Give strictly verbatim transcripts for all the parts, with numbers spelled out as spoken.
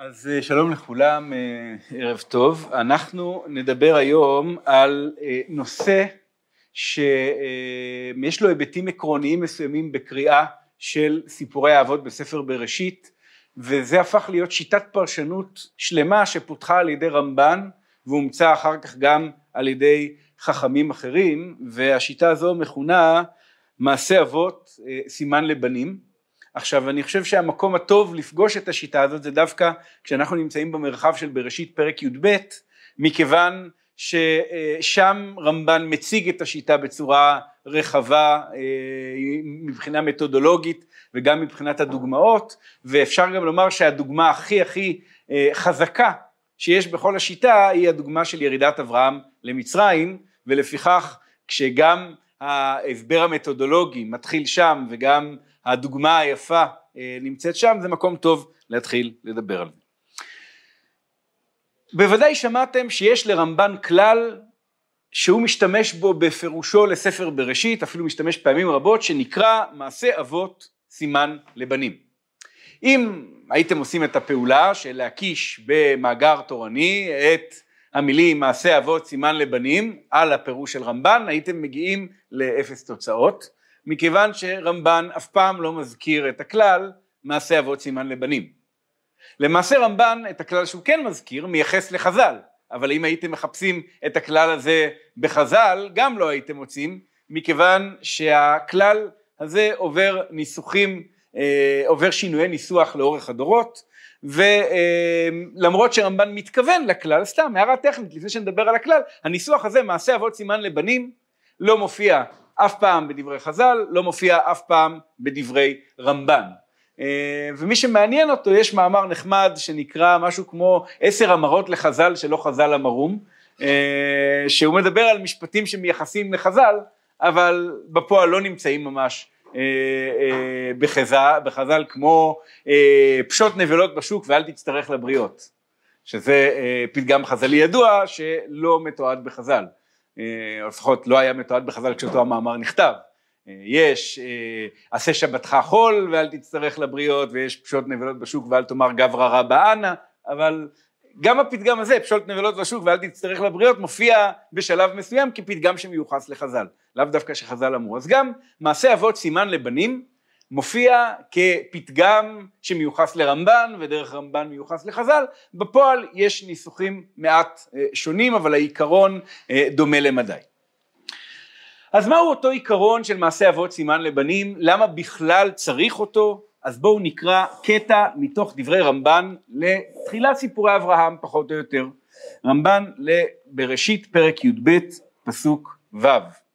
אז שלום לכולם, ערב טוב. אנחנו נדבר היום על נושא שיש לו היבטים עקרוניים מסוימים בקריאה של סיפורי האבות בספר בראשית, וזה הפך להיות שיטת פרשנות שלמה שפותחה על ידי רמב"ן והומצא אחר כך גם על ידי חכמים אחרים, והשיטה הזו מכונה מעשה אבות סימן לבנים. עכשיו אני חושב שהמקום הטוב לפגוש את השיטה הזאת זה דווקא כשאנחנו נמצאים במרחב של בראשית פרק י"ב, מכיוון ששם רמב"ן מציג את השיטה בצורה רחבה מבחינה מתודולוגית וגם מבחינת הדוגמאות, ואפשר גם לומר שהדוגמה הכי הכי חזקה שיש בכל השיטה היא הדוגמה של ירידת אברהם למצרים, ולפיכך כשגם ההסבר המתודולוגי מתחיל שם וגם הדוגמה היפה נמצאת שם, זה מקום טוב להתחיל לדבר על זה. בוודאי שמעתם שיש לרמב"ן כלל שהוא משתמש בו בפירושו לספר בראשית, אפילו משתמש פעמים רבות, שנקרא מעשה אבות סימן לבנים. אם הייתם עושים את הפעולה של להקיש במאגר תורני את המילים מעשה אבות סימן לבנים על הפירוש של רמב"ן, הייתם מגיעים לאפס תוצאות, מכיוון שרמב"ן אף פעם לא מזכיר את הכלל מעשה אבות סימן לבנים. למעשה רמב"ן את הכלל שהוא כן מזכיר מייחס לחז"ל, אבל אם הייתם מחפשים את הכלל הזה בחז"ל גם לא הייתם מוצאים, מכיוון שהכלל הזה עובר ניסוחים, עובר שינויי ניסוח לאורך הדורות, ולמרות שרמב"ן מתכוון לכלל, סתם הערה טכנית לפני שנדבר על הכלל, הניסוח הזה מעשה אבות סימן לבנים לא מופיע אף פעם בדברי חז"ל, לא מופיע אף פעם בדברי רמב"ן. ומי שמעניין אותו, יש מאמר נחמד שנקרא משהו כמו עשר אמרות לחז"ל שלא חז"ל אמרום, שהוא מדבר על משפטים שמייחסים לחז"ל, אבל בפועל לא נמצאים ממש בחז"ל, בחז"ל כמו פשוט נבלות בשוק ואל תצטרך לבריות, שזה פתגם חז"לי ידוע שלא מתועד בחז"ל. או לפחות לא היה מתועד בחז"ל כשאותו המאמר נכתב. יש עשה שבתך חול ואל תצטרך לבריות, ויש פשוט נבלות בשוק ואל תאמר גברא רבא אנא, אבל גם הפתגם הזה פשוט נבלות בשוק ואל תצטרך לבריות מופיע בשלב מסוים כפתגם שמיוחס לחז"ל, לאו דווקא שחז"ל אמרו. אז גם מעשה אבות סימן לבנים מופיע כפתגם שמיוחס לרמב"ן ודרך רמב"ן מיוחס לחז"ל. בפועל יש ניסוחים מעט שונים, אבל העיקרון דומה למדי. אז מהו אותו עיקרון של מעשה אבות סימן לבנים? למה בכלל צריך אותו? אז בואו נקרא קטע מתוך דברי רמב"ן לתחילת סיפורי אברהם פחות או יותר. רמב"ן לבראשית פרק י"ב פסוק ו'.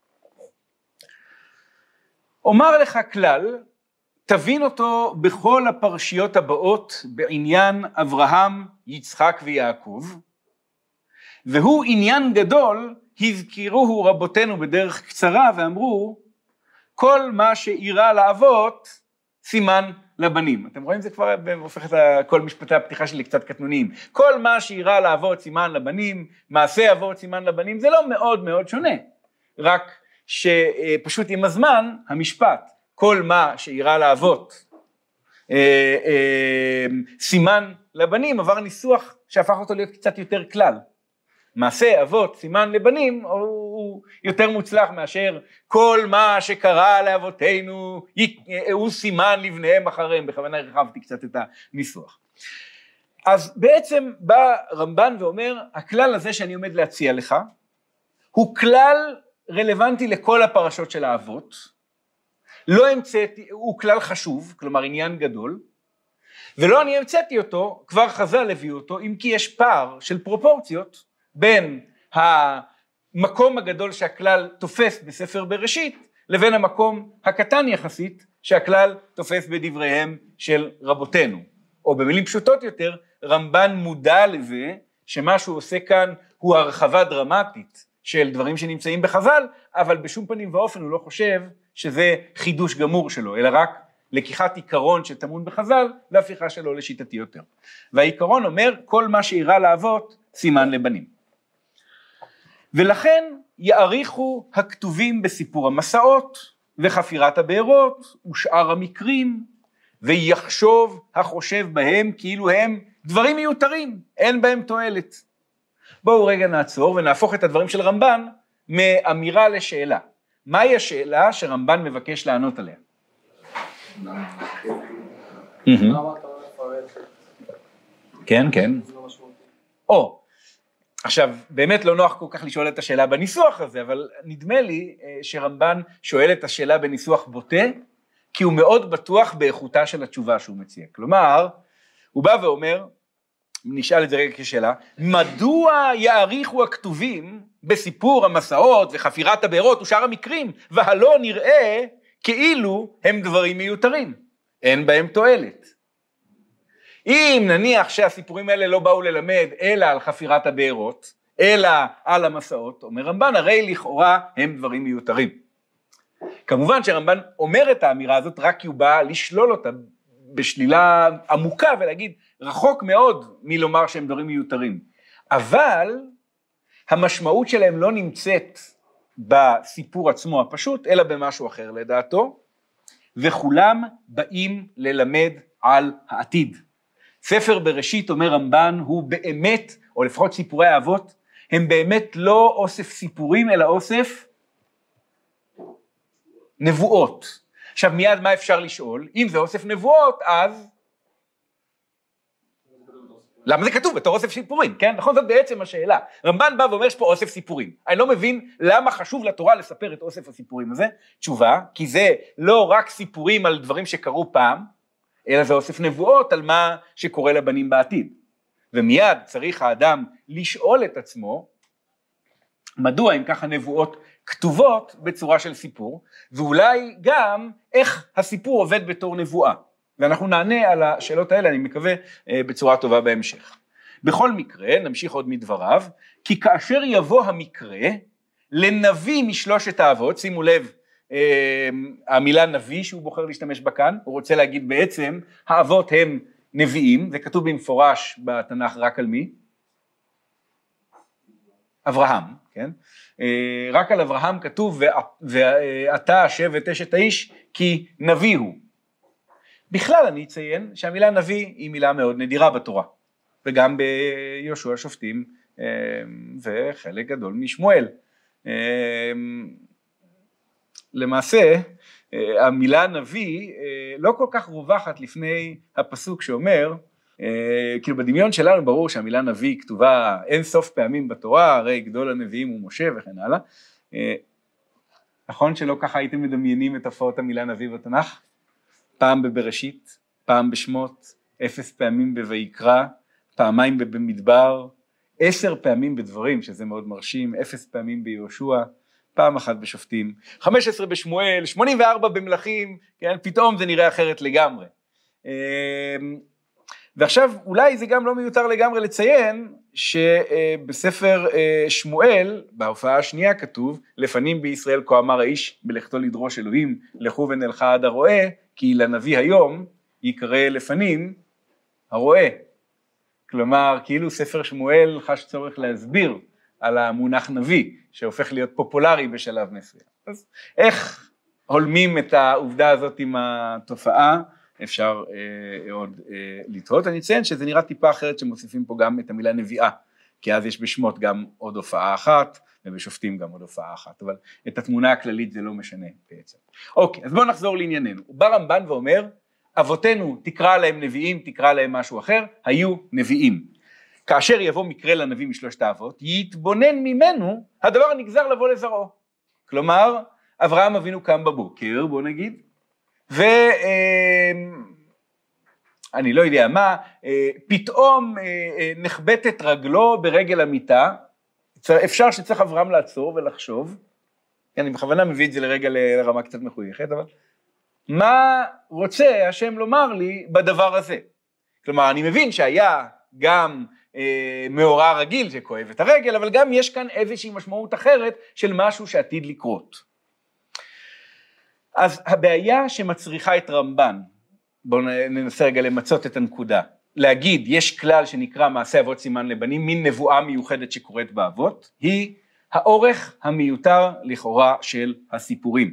אומר לך כלל, תבין אותו בכל הפרשיות הבאות בעניין אברהם, יצחק ויעקב, והוא עניין גדול, הזכירוהו רבותינו בדרך קצרה ואמרו, כל מה שאירע לאבות סימן לבנים. אתם רואים זה כבר הופך את כל משפטי הפתיחה שלי קצת קטנוניים. כל מה שאירע לאבות סימן לבנים, מעשה אבות סימן לבנים, זה לא מאוד מאוד שונה, רק שפשוט עם הזמן המשפט כל מה שאירע לאבות אה, אה, סימן לבנים עבר ניסוח שהפך אותו להיות קצת יותר כלל. מעשה אבות סימן לבנים הוא יותר מוצלח מאשר כל מה שקרה לאבותינו הוא סימן לבניהם אחריהם, בכוונה הרחבתי קצת את הניסוח. אז בעצם בא רמב"ן ואומר, הכלל הזה שאני עומד להציע לך הוא כלל רלוונטי לכל הפרשות של האבות, לא המצאתי, הוא כלל חשוב, כלומר עניין גדול, ולא אני המצאתי אותו, כבר חז"ל הביאו אותו, אם כי יש פער של פרופורציות בין המקום הגדול שהכלל תופס בספר בראשית, לבין המקום הקטן יחסית שהכלל תופס בדבריהם של רבותינו. או במילים פשוטות יותר, רמב"ן מודע לזה שמה שהוא עושה כאן הוא הרחבה דרמטית של דברים שנמצאים בחז"ל, אבל בשום פנים ואופן הוא לא חושב שזה חידוש גמור שלו, אלא רק לקיחת עיקרון שטמון בחז"ל והפיכה שלו לשיטתי יותר. והעיקרון אומר, כל מה שאירע לאבות סימן לבנים. ולכן יעריכו הכתובים בסיפור המסעות וחפירת הבארות ושאר המקרים, ויחשוב החושב בהם כאילו הם דברים מיותרים, אין בהם תועלת. בואו רגע נעצור ונהפוך את הדברים של רמב"ן מאמירה לשאלה. מהי השאלה שרמב"ן מבקש לענות עליה? כן, כן. או, עכשיו, באמת לא נוח כל כך לשאול את השאלה בניסוח הזה, אבל נדמה לי שרמב"ן שואל את השאלה בניסוח בוטה, כי הוא מאוד בטוח באיכותה של התשובה שהוא מציע. כלומר, הוא בא ואומר, נשאל את זה רגע כשאלה, מדוע יאריכו הכתובים בסיפור המסעות וחפירת הבארות ושאר המקרים, והלא נראה כאילו הם דברים מיותרים, אין בהם תועלת. אם נניח שהסיפורים האלה לא באו ללמד אלא על חפירת הבארות, אלא על המסעות, אומר רמב"ן, הרי לכאורה הם דברים מיותרים. כמובן שרמב"ן אומר את האמירה הזאת רק כי הוא בא לשלול אותה בשלילה עמוקה ולהגיד רחוק מאוד מלומר שהם דברים מיותרים. אבל המשמעות שלהם לא נמצאת בסיפור עצמו הפשוט, אלא במשהו אחר לדעתו, וכולם באים ללמד על העתיד. ספר בראשית, אומר רמב"ן, הוא באמת, או לפחות סיפורי האבות, הם באמת לא אוסף סיפורים, אלא אוסף נבואות. עכשיו מיד מה אפשר לשאול? אם זה אוסף נבואות, אז למה זה כתוב בתור אוסף סיפורים? כן? נכון, זאת בעצם השאלה. רמב"ן בא ואומר שפה אוסף סיפורים. אני לא מבין למה חשוב לתורה לספר את אוסף הסיפורים הזה. תשובה, כי זה לא רק סיפורים על דברים שקרו פעם, אלא זה אוסף נבואות על מה שקורה לבנים בעתיד. ומיד צריך האדם לשאול את עצמו, מדוע אם ככה נבואות כתובות בצורה של סיפור, ואולי גם איך הסיפור עובד בתור נבואה. ואנחנו נענה על השאלות האלה, אני מקווה, בצורה טובה בהמשך. בכל מקרה, נמשיך עוד מדבריו, כי כאשר יבוא המקרה, לנביא משלושת האבות, שימו לב, המילה נביא שהוא בוחר להשתמש בה כאן, הוא רוצה להגיד בעצם, האבות הם נביאים, זה כתוב במפורש בתנ"ך רק על מי? אברהם, כן? רק על אברהם כתוב, ואתה שבט אשת האיש, כי נביא הוא. בכלל אני אציין שהמילה נביא היא מילה מאוד נדירה בתורה, וגם ביהושע שופטים וחלק גדול משמואל. למעשה המילה נביא לא כל כך רווחת לפני הפסוק שאומר, כאילו בדמיון שלנו ברור שהמילה נביא כתובה אין סוף פעמים בתורה, הרי גדול הנביאים הוא משה וכן הלאה. נכון שלא ככה הייתם מדמיינים את הופעות המילה נביא בתנ"ך? פעם בבראשית, פעם בשמות, אפס פעמים בויקרא, פעמיים במדבר, עשר פעמים בדברים, שזה מאוד מרשים, אפס פעמים ביהושע, פעם אחת בשופטים, חמש עשרה בשמואל, שמונים וארבע במלכים, כן? פתאום זה נראה אחרת לגמרי. ועכשיו אולי זה גם לא מיותר לגמרי לציין, שבספר שמואל, בהופעה השנייה כתוב, לפנים בישראל כה אמר האיש בלכתו לדרוש אלוהים, לכו ונלכה עד הרואה, כי לנביא היום יקרא לפנים הרואה. כלומר, כאילו ספר שמואל חש צורך להסביר על המונח נביא, שהופך להיות פופולרי בשלב מסוים. אז איך הולמים את העובדה הזאת עם התופעה? אפשר אה, עוד אה, לתהות. אני אציין שזה נראה טיפה אחרת שמוסיפים פה גם את המילה נביאה, כי אז יש בשמות גם עוד הופעה אחת, ובשופטים גם עוד הופעה אחת, אבל את התמונה הכללית זה לא משנה בעצם. אוקיי, אז בואו נחזור לענייננו. בא רמב"ן ואומר, אבותינו תקרא להם נביאים, תקרא להם משהו אחר, היו נביאים. כאשר יבוא מקרה לנביא משלושת האבות, יתבונן ממנו הדבר הנגזר לבוא לזרעו. כלומר, אברהם אבינו קם בבוקר, בוא נגיד, ואני לא יודע מה, פתאום נחבטת רגלו ברגל המיטה, אפשר שצריך אברהם לעצור ולחשוב, אני בכוונה מביא את זה לרגע לרמה קצת מחויכת, אבל מה רוצה השם לומר לי בדבר הזה? כלומר, אני מבין שהיה גם אה, מאורע רגיל שכואב את הרגל, אבל גם יש כאן איזושהי משמעות אחרת של משהו שעתיד לקרות. אז הבעיה שמצריכה את רמב"ן, בואו ננסה רגע למצות את הנקודה, להגיד יש כלל שנקרא מעשה אבות סימן לבנים, מין נבואה מיוחדת שקורית באבות, היא האורך המיותר לכאורה של הסיפורים.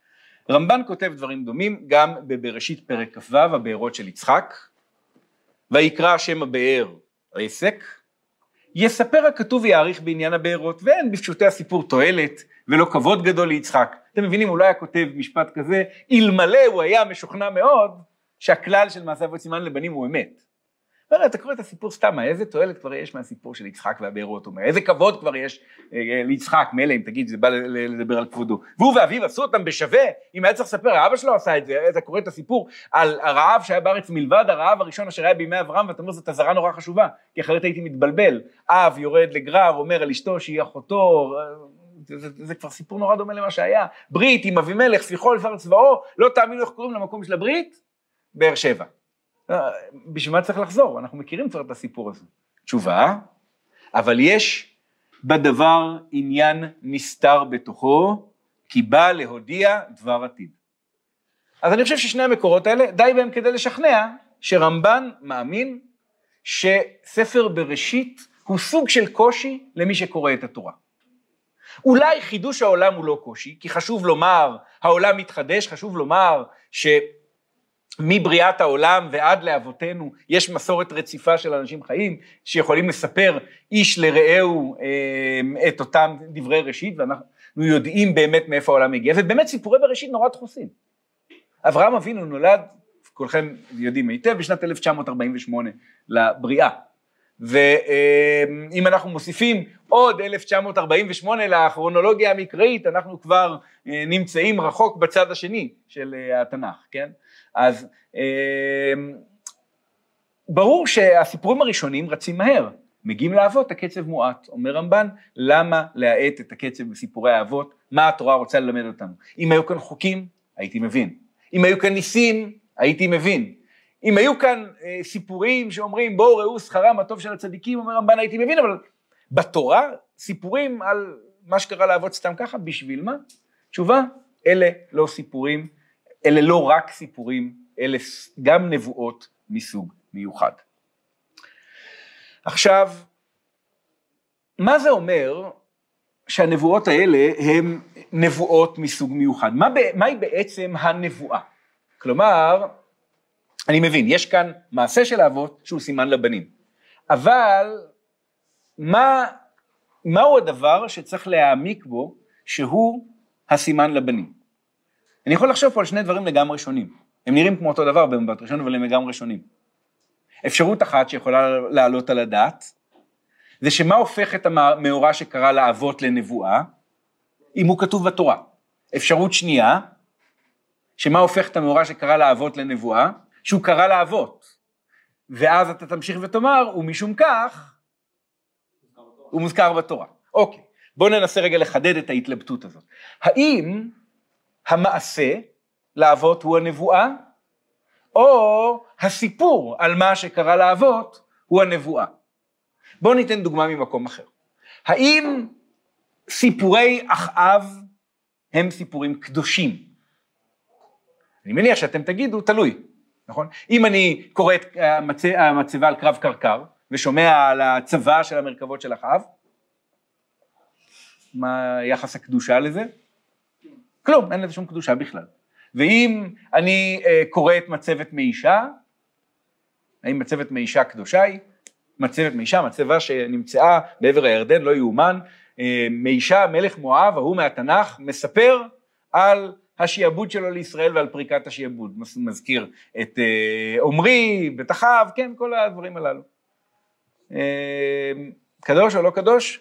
רמב"ן כותב דברים דומים גם בבראשית פרק כ"ו, הבארות של יצחק, ויקרא שם הבאר רסק, יספר הכתוב ויעריך בעניין הבארות, ואין בפשוטי הסיפור תועלת ולא כבוד גדול ליצחק. אתם מבינים, אולי היה כותב משפט כזה, אלמלא הוא היה משוכנע מאוד שהכלל של מעשה אבות סימן לבנים הוא אמת. והרי אתה קורא את הסיפור סתם, איזה תועלת כבר יש מהסיפור של יצחק והבארות, אומר, איזה כבוד כבר יש אה, ליצחק, מילא אם תגיד, זה בא לדבר על כבודו. והוא ואביו עשו אותם בשווה, אם היה צריך לספר, אבא שלו עשה את זה, אתה קורא את הסיפור על הרעב שהיה בארץ מלבד, הרעב הראשון אשר היה בימי אברהם, ואתה אומר, זאת הזרה נורא חשובה, כי אחרת הייתי מתבלבל. אב יורד לגרר, אומר על אשתו שהיא אחותו, זה, זה, זה כבר סיפור נורא דומה למה שהיה. ברית עם אבימלך, שיחו לפר צבאו, לא תאמינו איך קוראים למקום של הברית? באר שבע. בשביל מה צריך לחזור? אנחנו מכירים כבר את הסיפור הזה. תשובה, אבל יש בדבר עניין נסתר בתוכו, כי בא להודיע דבר עתיד. אז אני חושב ששני המקורות האלה, די בהם כדי לשכנע, שרמב"ן מאמין שספר בראשית הוא סוג של קושי למי שקורא את התורה. אולי חידוש העולם הוא לא קושי, כי חשוב לומר, העולם מתחדש, חשוב לומר ש... מבריאת העולם ועד לאבותינו יש מסורת רציפה של אנשים חיים שיכולים לספר איש לרעהו אה, את אותם דברי ראשית, ואנחנו יודעים באמת מאיפה העולם הגיע, ובאמת סיפורי בראשית נורא דחוסים. אברהם אבינו נולד, כולכם יודעים היטב, בשנת אלף תשע מאות ארבעים ושמונה לבריאה, ואם אנחנו מוסיפים עוד אלף תשע מאות ארבעים ושמונה לכרונולוגיה המקראית, אנחנו כבר נמצאים רחוק בצד השני של התנ"ך, כן? אז ברור שהסיפורים הראשונים רצים מהר, מגיעים לאבות הקצב מועט. אומר רמב"ן, למה להאט את הקצב בסיפורי האבות? מה התורה רוצה ללמד אותנו? אם היו כאן חוקים, הייתי מבין. אם היו כאן ניסים, הייתי מבין. אם היו כאן אה, סיפורים שאומרים, בואו ראו שכרם הטוב של הצדיקים, אומר רמב"ן, הייתי מבין, אבל בתורה, סיפורים על מה שקרה לאבות סתם ככה, בשביל מה? תשובה, אלה לא סיפורים, אלה לא רק סיפורים, אלה גם נבואות מסוג מיוחד. עכשיו, מה זה אומר שהנבואות האלה הן נבואות מסוג מיוחד? מה, מהי בעצם הנבואה? כלומר, אני מבין, יש כאן מעשה של האבות שהוא סימן לבנים, אבל מה, מהו הדבר שצריך להעמיק בו שהוא הסימן לבנים? אני יכול לחשוב פה על שני דברים לגמרי שונים, הם נראים כמו אותו דבר במבט ראשון, אבל הם לגמרי שונים. אפשרות אחת שיכולה לעלות על הדעת, זה שמה הופך את המאורע שקרה לאבות לנבואה, אם הוא כתוב בתורה. אפשרות שנייה, שמה הופך את המאורע שקרה לאבות לנבואה, שהוא קרא לאבות, ואז אתה תמשיך ותאמר, ומשום כך, הוא מוזכר בתורה. אוקיי, בואו ננסה רגע לחדד את ההתלבטות הזאת. האם המעשה לאבות הוא הנבואה, או הסיפור על מה שקרה לאבות הוא הנבואה? בואו ניתן דוגמה ממקום אחר. האם סיפורי אחאב הם סיפורים קדושים? אני מניח שאתם תגידו, תלוי, נכון? אם אני קורא את המצבה על קרב קרקר, ושומע על הצבא של המרכבות של אחאב, מה יחס הקדושה לזה? כלום, אין לזה שום קדושה בכלל. ואם אני קורא את מצבת מאישה, האם מצבת מאישה קדושה היא? מצבת מאישה, מצבה שנמצאה בעבר הירדן, לא יאומן, מאישה מלך מואב, ההוא מהתנ"ך, מספר על השיעבוד שלו לישראל ועל פריקת השיעבוד, מזכיר את עומרי, ואת אחאב, כן, כל הדברים הללו. קדוש או לא קדוש?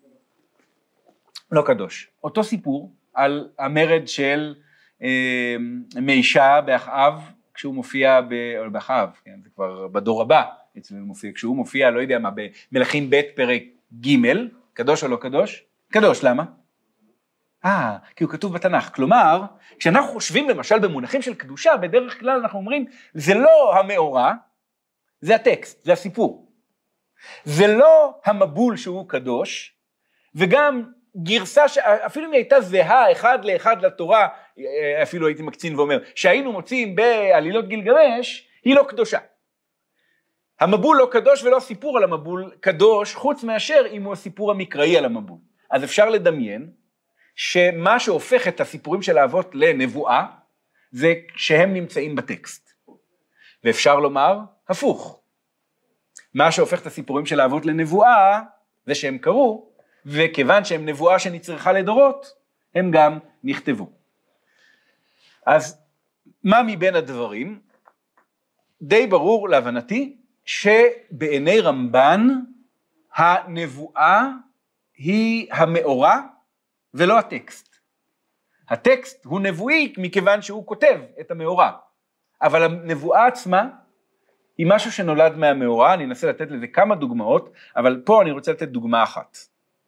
לא קדוש. אותו סיפור על המרד של מאישה באחאב, כשהוא מופיע באחאב, כן, זה כבר בדור הבא, אצלנו מופיע, כשהוא מופיע, לא יודע מה, במלכים ב' פרק ג', קדוש או לא קדוש? קדוש, למה? אה, כי הוא כתוב בתנ"ך. כלומר, כשאנחנו חושבים למשל במונחים של קדושה, בדרך כלל אנחנו אומרים, זה לא המאורע, זה הטקסט, זה הסיפור. זה לא המבול שהוא קדוש, וגם גרסה שאפילו אם היא הייתה זהה אחד לאחד לתורה, אפילו הייתי מקצין ואומר, שהיינו מוצאים בעלילות גילגמש, היא לא קדושה. המבול לא קדוש ולא הסיפור על המבול קדוש, חוץ מאשר אם הוא הסיפור המקראי על המבול. אז אפשר לדמיין שמה שהופך את הסיפורים של האבות לנבואה, זה שהם נמצאים בטקסט. ואפשר לומר, הפוך, מה שהופך את הסיפורים של האבות לנבואה, זה שהם קרו, וכיוון שהם נבואה שנצרכה לדורות, הם גם נכתבו. אז מה מבין הדברים? די ברור להבנתי, שבעיני רמב"ן, הנבואה היא המאורע, ולא הטקסט. הטקסט הוא נבואי מכיוון שהוא כותב את המאורע, אבל הנבואה עצמה היא משהו שנולד מהמאורע. אני אנסה לתת לזה כמה דוגמאות, אבל פה אני רוצה לתת דוגמה אחת.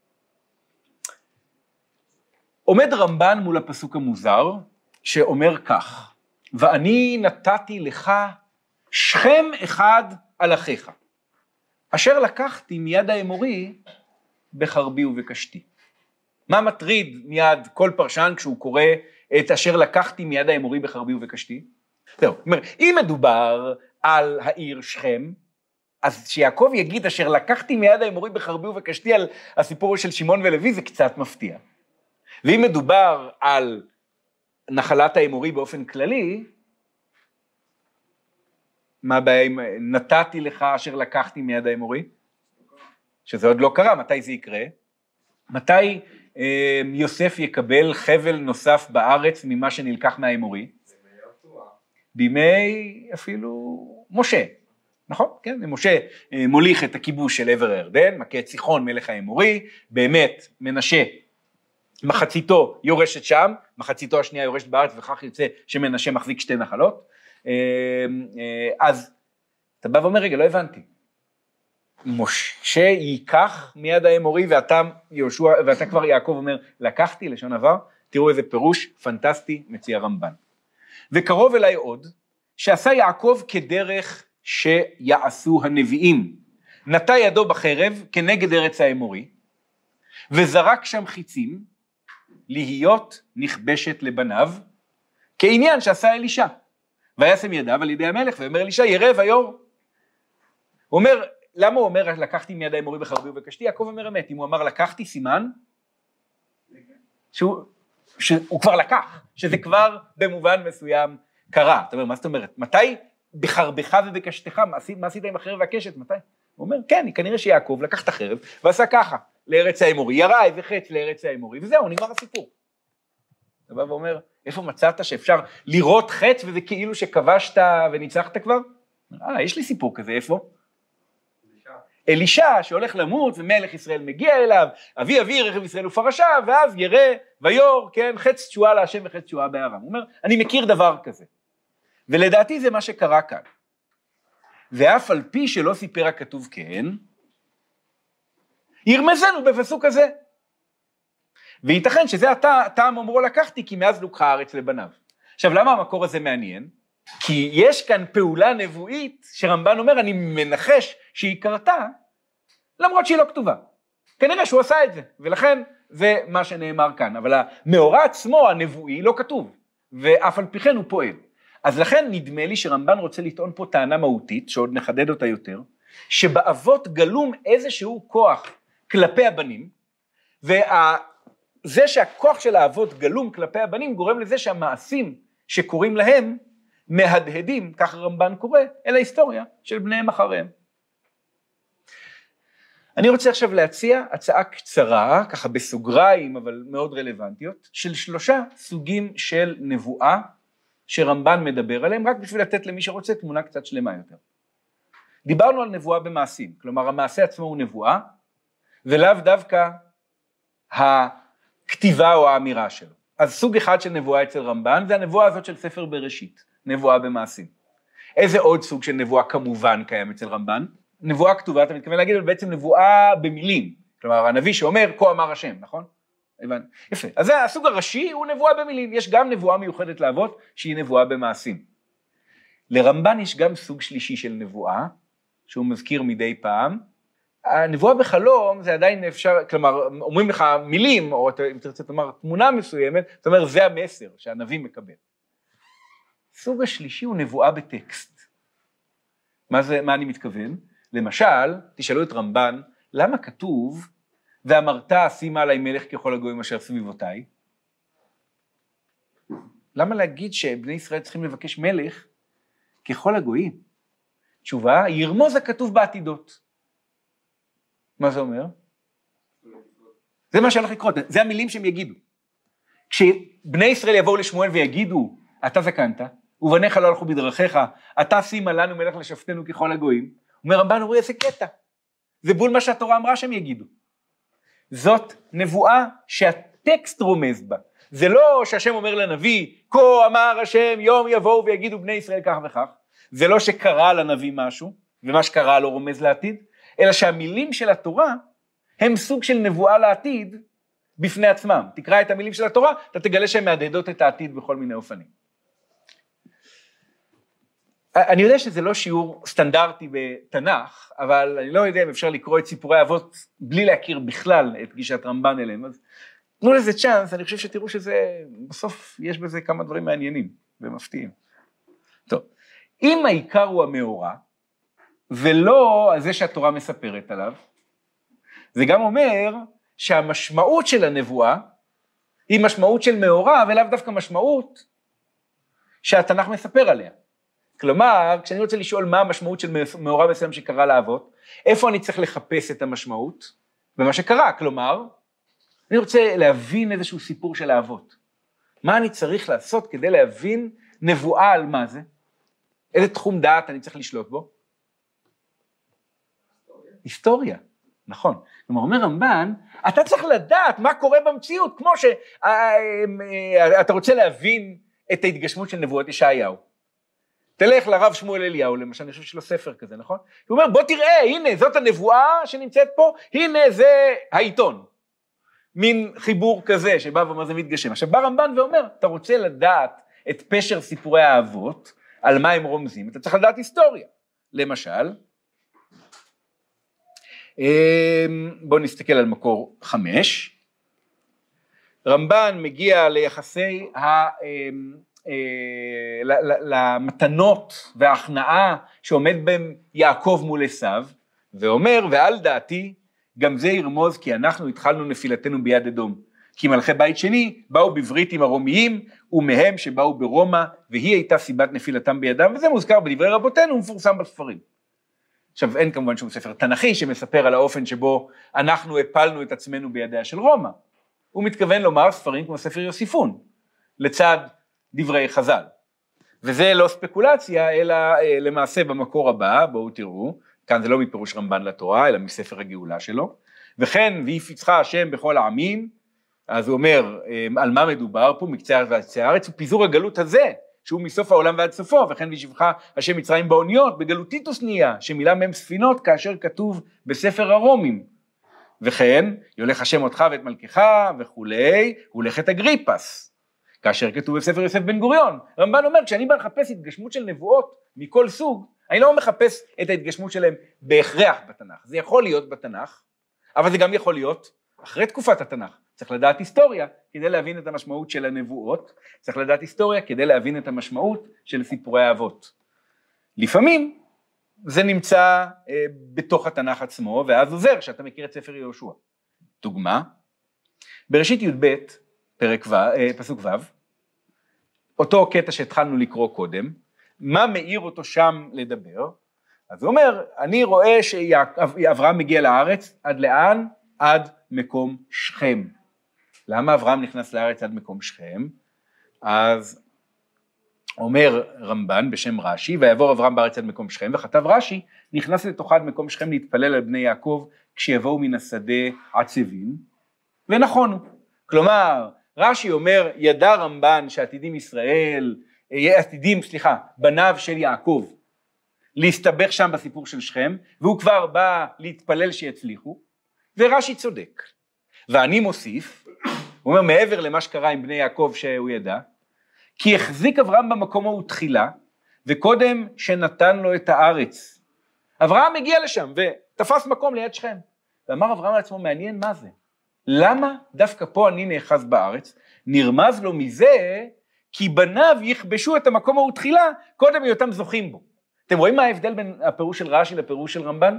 עומד רמב"ן מול הפסוק המוזר, שאומר כך, ואני נתתי לך שכם אחד על אחיך, אשר לקחתי מיד האמורי בחרבי ובקשתי. מה מטריד מיד כל פרשן כשהוא קורא את אשר לקחתי מיד האמורי בחרבי ובקשתי? זהו, אומר, אם מדובר על העיר שכם, אז שיעקב יגיד אשר לקחתי מיד האמורי בחרבי ובקשתי על הסיפור של שמעון ולוי, זה קצת מפתיע. ואם מדובר על נחלת האמורי באופן כללי, מה הבעיה אם נתתי לך אשר לקחתי מיד האמורי? שזה עוד לא קרה, מתי זה יקרה? מתי אה, יוסף יקבל חבל נוסף בארץ ממה שנלקח מהאמורי? בימי אפילו משה, נכון? כן, משה אה, מוליך את הכיבוש של עבר הירדן, מכה את סיחון מלך האמורי, באמת מנשה מחציתו יורשת שם, מחציתו השנייה יורשת בארץ, וכך יוצא שמנשה מחזיק שתי נחלות. אז אתה בא ואומר, רגע, לא הבנתי. משה ייקח מיד האמורי, ואתה, יהושע, ואתה כבר יעקב אומר, לקחתי לשון עבר. תראו איזה פירוש פנטסטי מציע רמב"ן. וקרוב אליי עוד, שעשה יעקב כדרך שיעשו הנביאים. נטע ידו בחרב כנגד ארץ האמורי, וזרק שם חיצים, להיות נכבשת לבניו, כעניין שעשה אלישע. וישם ידיו על ידי המלך, ואומר אלישע, ירא ויור. הוא אומר, למה הוא אומר, לקחתי מיד האמורי בחרבי ובקשתי? יעקב אומר אמת, אם הוא אמר לקחתי, סימן, שהוא, שהוא כבר לקח, שזה כבר במובן מסוים קרה. אתה אומר, מה זאת אומרת? מתי בחרבך ובקשתך, מה, מה עשית עם החרב והקשת? מתי? הוא אומר, כן, כנראה שיעקב לקח את החרב, ועשה ככה, לארץ האמורי, ירה איזה חץ לארץ האמורי, וזהו, נגמר הסיפור. אתה בא ואומר, איפה מצאת שאפשר לראות חץ, וזה כאילו שכבשת וניצחת כבר? אה, יש לי סיפור כזה, איפה? אלישע. אלישע שהולך למות, ומלך ישראל מגיע אליו, אבי אבי רכב ישראל ופרשה, ואז ירא ויור, כן, חץ תשועה להשם וחץ תשועה בארם. הוא אומר, אני מכיר דבר כזה. ולדעתי זה מה שקרה כאן. ואף על פי שלא סיפר הכתוב כן, ירמזנו בפסוק הזה. וייתכן שזה הטעם אומרו לקחתי, כי מאז לוקחה הארץ לבניו. עכשיו, למה המקור הזה מעניין? כי יש כאן פעולה נבואית שרמב"ן אומר, אני מנחש שהיא קרתה, למרות שהיא לא כתובה. כנראה שהוא עשה את זה, ולכן זה מה שנאמר כאן. אבל המאורע עצמו הנבואי לא כתוב, ואף על פי כן הוא פועל. אז לכן נדמה לי שרמב"ן רוצה לטעון פה טענה מהותית, שעוד נחדד אותה יותר, שבאבות גלום איזשהו כוח כלפי הבנים, וזה שהכוח של האבות גלום כלפי הבנים, גורם לזה שהמעשים שקוראים להם, מהדהדים, כך רמב"ן קורא, אל ההיסטוריה של בניהם אחריהם. אני רוצה עכשיו להציע הצעה קצרה, ככה בסוגריים, אבל מאוד רלוונטיות, של שלושה סוגים של נבואה, שרמב"ן מדבר עליהם, רק בשביל לתת למי שרוצה תמונה קצת שלמה יותר. דיברנו על נבואה במעשים, כלומר המעשה עצמו הוא נבואה, ולאו דווקא הכתיבה או האמירה שלו. אז סוג אחד של נבואה אצל רמב"ן, זה הנבואה הזאת של ספר בראשית, נבואה במעשים. איזה עוד סוג של נבואה כמובן קיים אצל רמב"ן? נבואה כתובה, אתה מתכוון להגיד, אבל בעצם נבואה במילים, כלומר הנביא שאומר, כה אמר השם, נכון? יפה, אז זה הסוג הראשי, הוא נבואה במילים, יש גם נבואה מיוחדת לאבות, שהיא נבואה במעשים. לרמב"ן יש גם סוג שלישי של נבואה, שהוא מזכיר מדי פעם, הנבואה בחלום זה עדיין אפשר, כלומר אומרים לך מילים, או אם תרצה תאמר תמונה מסוימת, זאת אומרת זה המסר שהנביא מקבל. סוג השלישי הוא נבואה בטקסט. מה זה, מה אני מתכוון? למשל, תשאלו את רמב"ן, למה כתוב, ואמרת שימה עלי מלך ככל הגויים אשר סביבותיי? למה להגיד שבני ישראל צריכים לבקש מלך ככל הגויים? תשובה, ירמוז הכתוב בעתידות. מה זה אומר? זה מה שהולך לקרות, זה המילים שהם יגידו. כשבני ישראל יבואו לשמואל ויגידו, אתה זקנת, ובניך לא הלכו בדרכיך, אתה שימה לנו מלך לשפטנו ככל הגויים, אומר רמב"ן, הוא איזה קטע. זה בול מה שהתורה אמרה שהם יגידו. זאת נבואה שהטקסט רומז בה. זה לא שהשם אומר לנביא, כה אמר השם, יום יבואו ויגידו בני ישראל כך וכך. זה לא שקרא לנביא משהו, ומה שקרא לא רומז לעתיד, אלא שהמילים של התורה הם סוג של נבואה לעתיד בפני עצמם. תקרא את המילים של התורה, אתה תגלה שהן מהדהדות את העתיד בכל מיני אופנים. אני יודע שזה לא שיעור סטנדרטי בתנ"ך, אבל אני לא יודע אם אפשר לקרוא את סיפורי האבות בלי להכיר בכלל את גישת רמב"ן אליהם, אז תנו לזה צ'אנס, אני חושב שתראו שזה, בסוף יש בזה כמה דברים מעניינים ומפתיעים. טוב, אם העיקר הוא המאורע, ולא זה שהתורה מספרת עליו, זה גם אומר שהמשמעות של הנבואה, היא משמעות של מאורע, ולאו דווקא משמעות שהתנ"ך מספר עליה. כלומר, כשאני רוצה לשאול מה המשמעות של מאורע מסוים שקרה לאבות, איפה אני צריך לחפש את המשמעות? במה שקרה, כלומר, אני רוצה להבין איזשהו סיפור של האבות. מה אני צריך לעשות כדי להבין נבואה על מה זה? איזה תחום דעת אני צריך לשלוט בו? היסטוריה. היסטוריה, נכון. כלומר, אומר רמב"ן, אתה צריך לדעת מה קורה במציאות, כמו שאתה רוצה להבין את ההתגשמות של נבואות ישעיהו. תלך לרב שמואל אליהו, למשל, אני חושב שלו ספר כזה, נכון? הוא אומר, בוא תראה, הנה, זאת הנבואה שנמצאת פה, הנה זה העיתון. מין חיבור כזה שבא ואומר זה מתגשם. עכשיו בא רמב"ן ואומר, אתה רוצה לדעת את פשר סיפורי האבות, על מה הם רומזים, אתה צריך לדעת היסטוריה. למשל, בואו נסתכל על מקור חמש, רמב"ן מגיע ליחסי ה... למתנות וההכנעה שעומד בהם יעקב מול עשיו, ואומר, ועל דעתי, גם זה ירמוז כי אנחנו התחלנו נפילתנו ביד אדום, כי מלכי בית שני באו בברית עם הרומיים, ומהם שבאו ברומא, והיא הייתה סיבת נפילתם בידם, וזה מוזכר בדברי רבותינו, ומפורסם בספרים. עכשיו אין כמובן שום ספר תנ"כי שמספר על האופן שבו אנחנו הפלנו את עצמנו בידיה של רומא, הוא מתכוון לומר ספרים כמו ספר יוסיפון, לצד דברי חז"ל, וזה לא ספקולציה, אלא למעשה במקור הבא, בואו תראו, כאן זה לא מפירוש רמב"ן לתורה, אלא מספר הגאולה שלו, וכן, והפיצך השם בכל העמים, אז הוא אומר, על מה מדובר פה, מקצה הארץ ועד קצה הארץ, ופיזור הגלות הזה, שהוא מסוף העולם ועד סופו, וכן וישבך השם מצרים באוניות, בגלות טיטוס נהיה, שמילה מהם ספינות, כאשר כתוב בספר הרומים, וכן, יולך השם אותך ואת מלכך, וכולי, הולך את אגריפס, כאשר כתוב בספר יוסף בן גוריון. רמב"ן אומר, כשאני בא לחפש התגשמות של נבואות מכל סוג, אני לא מחפש את ההתגשמות שלהם בהכרח בתנ"ך. זה יכול להיות בתנ"ך, אבל זה גם יכול להיות אחרי תקופת התנ"ך. צריך לדעת היסטוריה כדי להבין את המשמעות של הנבואות, צריך לדעת היסטוריה כדי להבין את המשמעות של סיפורי האבות. לפעמים זה נמצא אה, בתוך התנ"ך עצמו, ואז עוזר שאתה מכיר את ספר יהושע. דוגמה, בראשית י"ב, פרק ו', פסוק ו', אותו קטע שהתחלנו לקרוא קודם, מה מאיר אותו שם לדבר? אז הוא אומר, אני רואה שאברהם מגיע לארץ, עד לאן? עד מקום שכם. למה אברהם נכנס לארץ עד מקום שכם? אז אומר רמב"ן בשם רש"י, ויעבור אברהם בארץ עד מקום שכם, וכתב רש"י, נכנס לתוך עד מקום שכם להתפלל על בני יעקב, כשיבואו מן השדה עצבים, ונכון הוא. כלומר, רש"י אומר, ידע רמב"ן שעתידים ישראל, עתידים, סליחה, בניו של יעקב, להסתבך שם בסיפור של שכם, והוא כבר בא להתפלל שיצליחו, ורש"י צודק. ואני מוסיף, הוא אומר, מעבר למה שקרה עם בני יעקב שהוא ידע, כי החזיק אברהם במקום הוא תחילה, וקודם שנתן לו את הארץ. אברהם הגיע לשם ותפס מקום ליד שכם, ואמר אברהם לעצמו, מעניין מה זה? למה דווקא פה אני נאחז בארץ? נרמז לו מזה, כי בניו יכבשו את המקום ההוא תחילה, קודם היותם זוכים בו. אתם רואים מה ההבדל בין הפירוש של רש"י לפירוש של רמב"ן?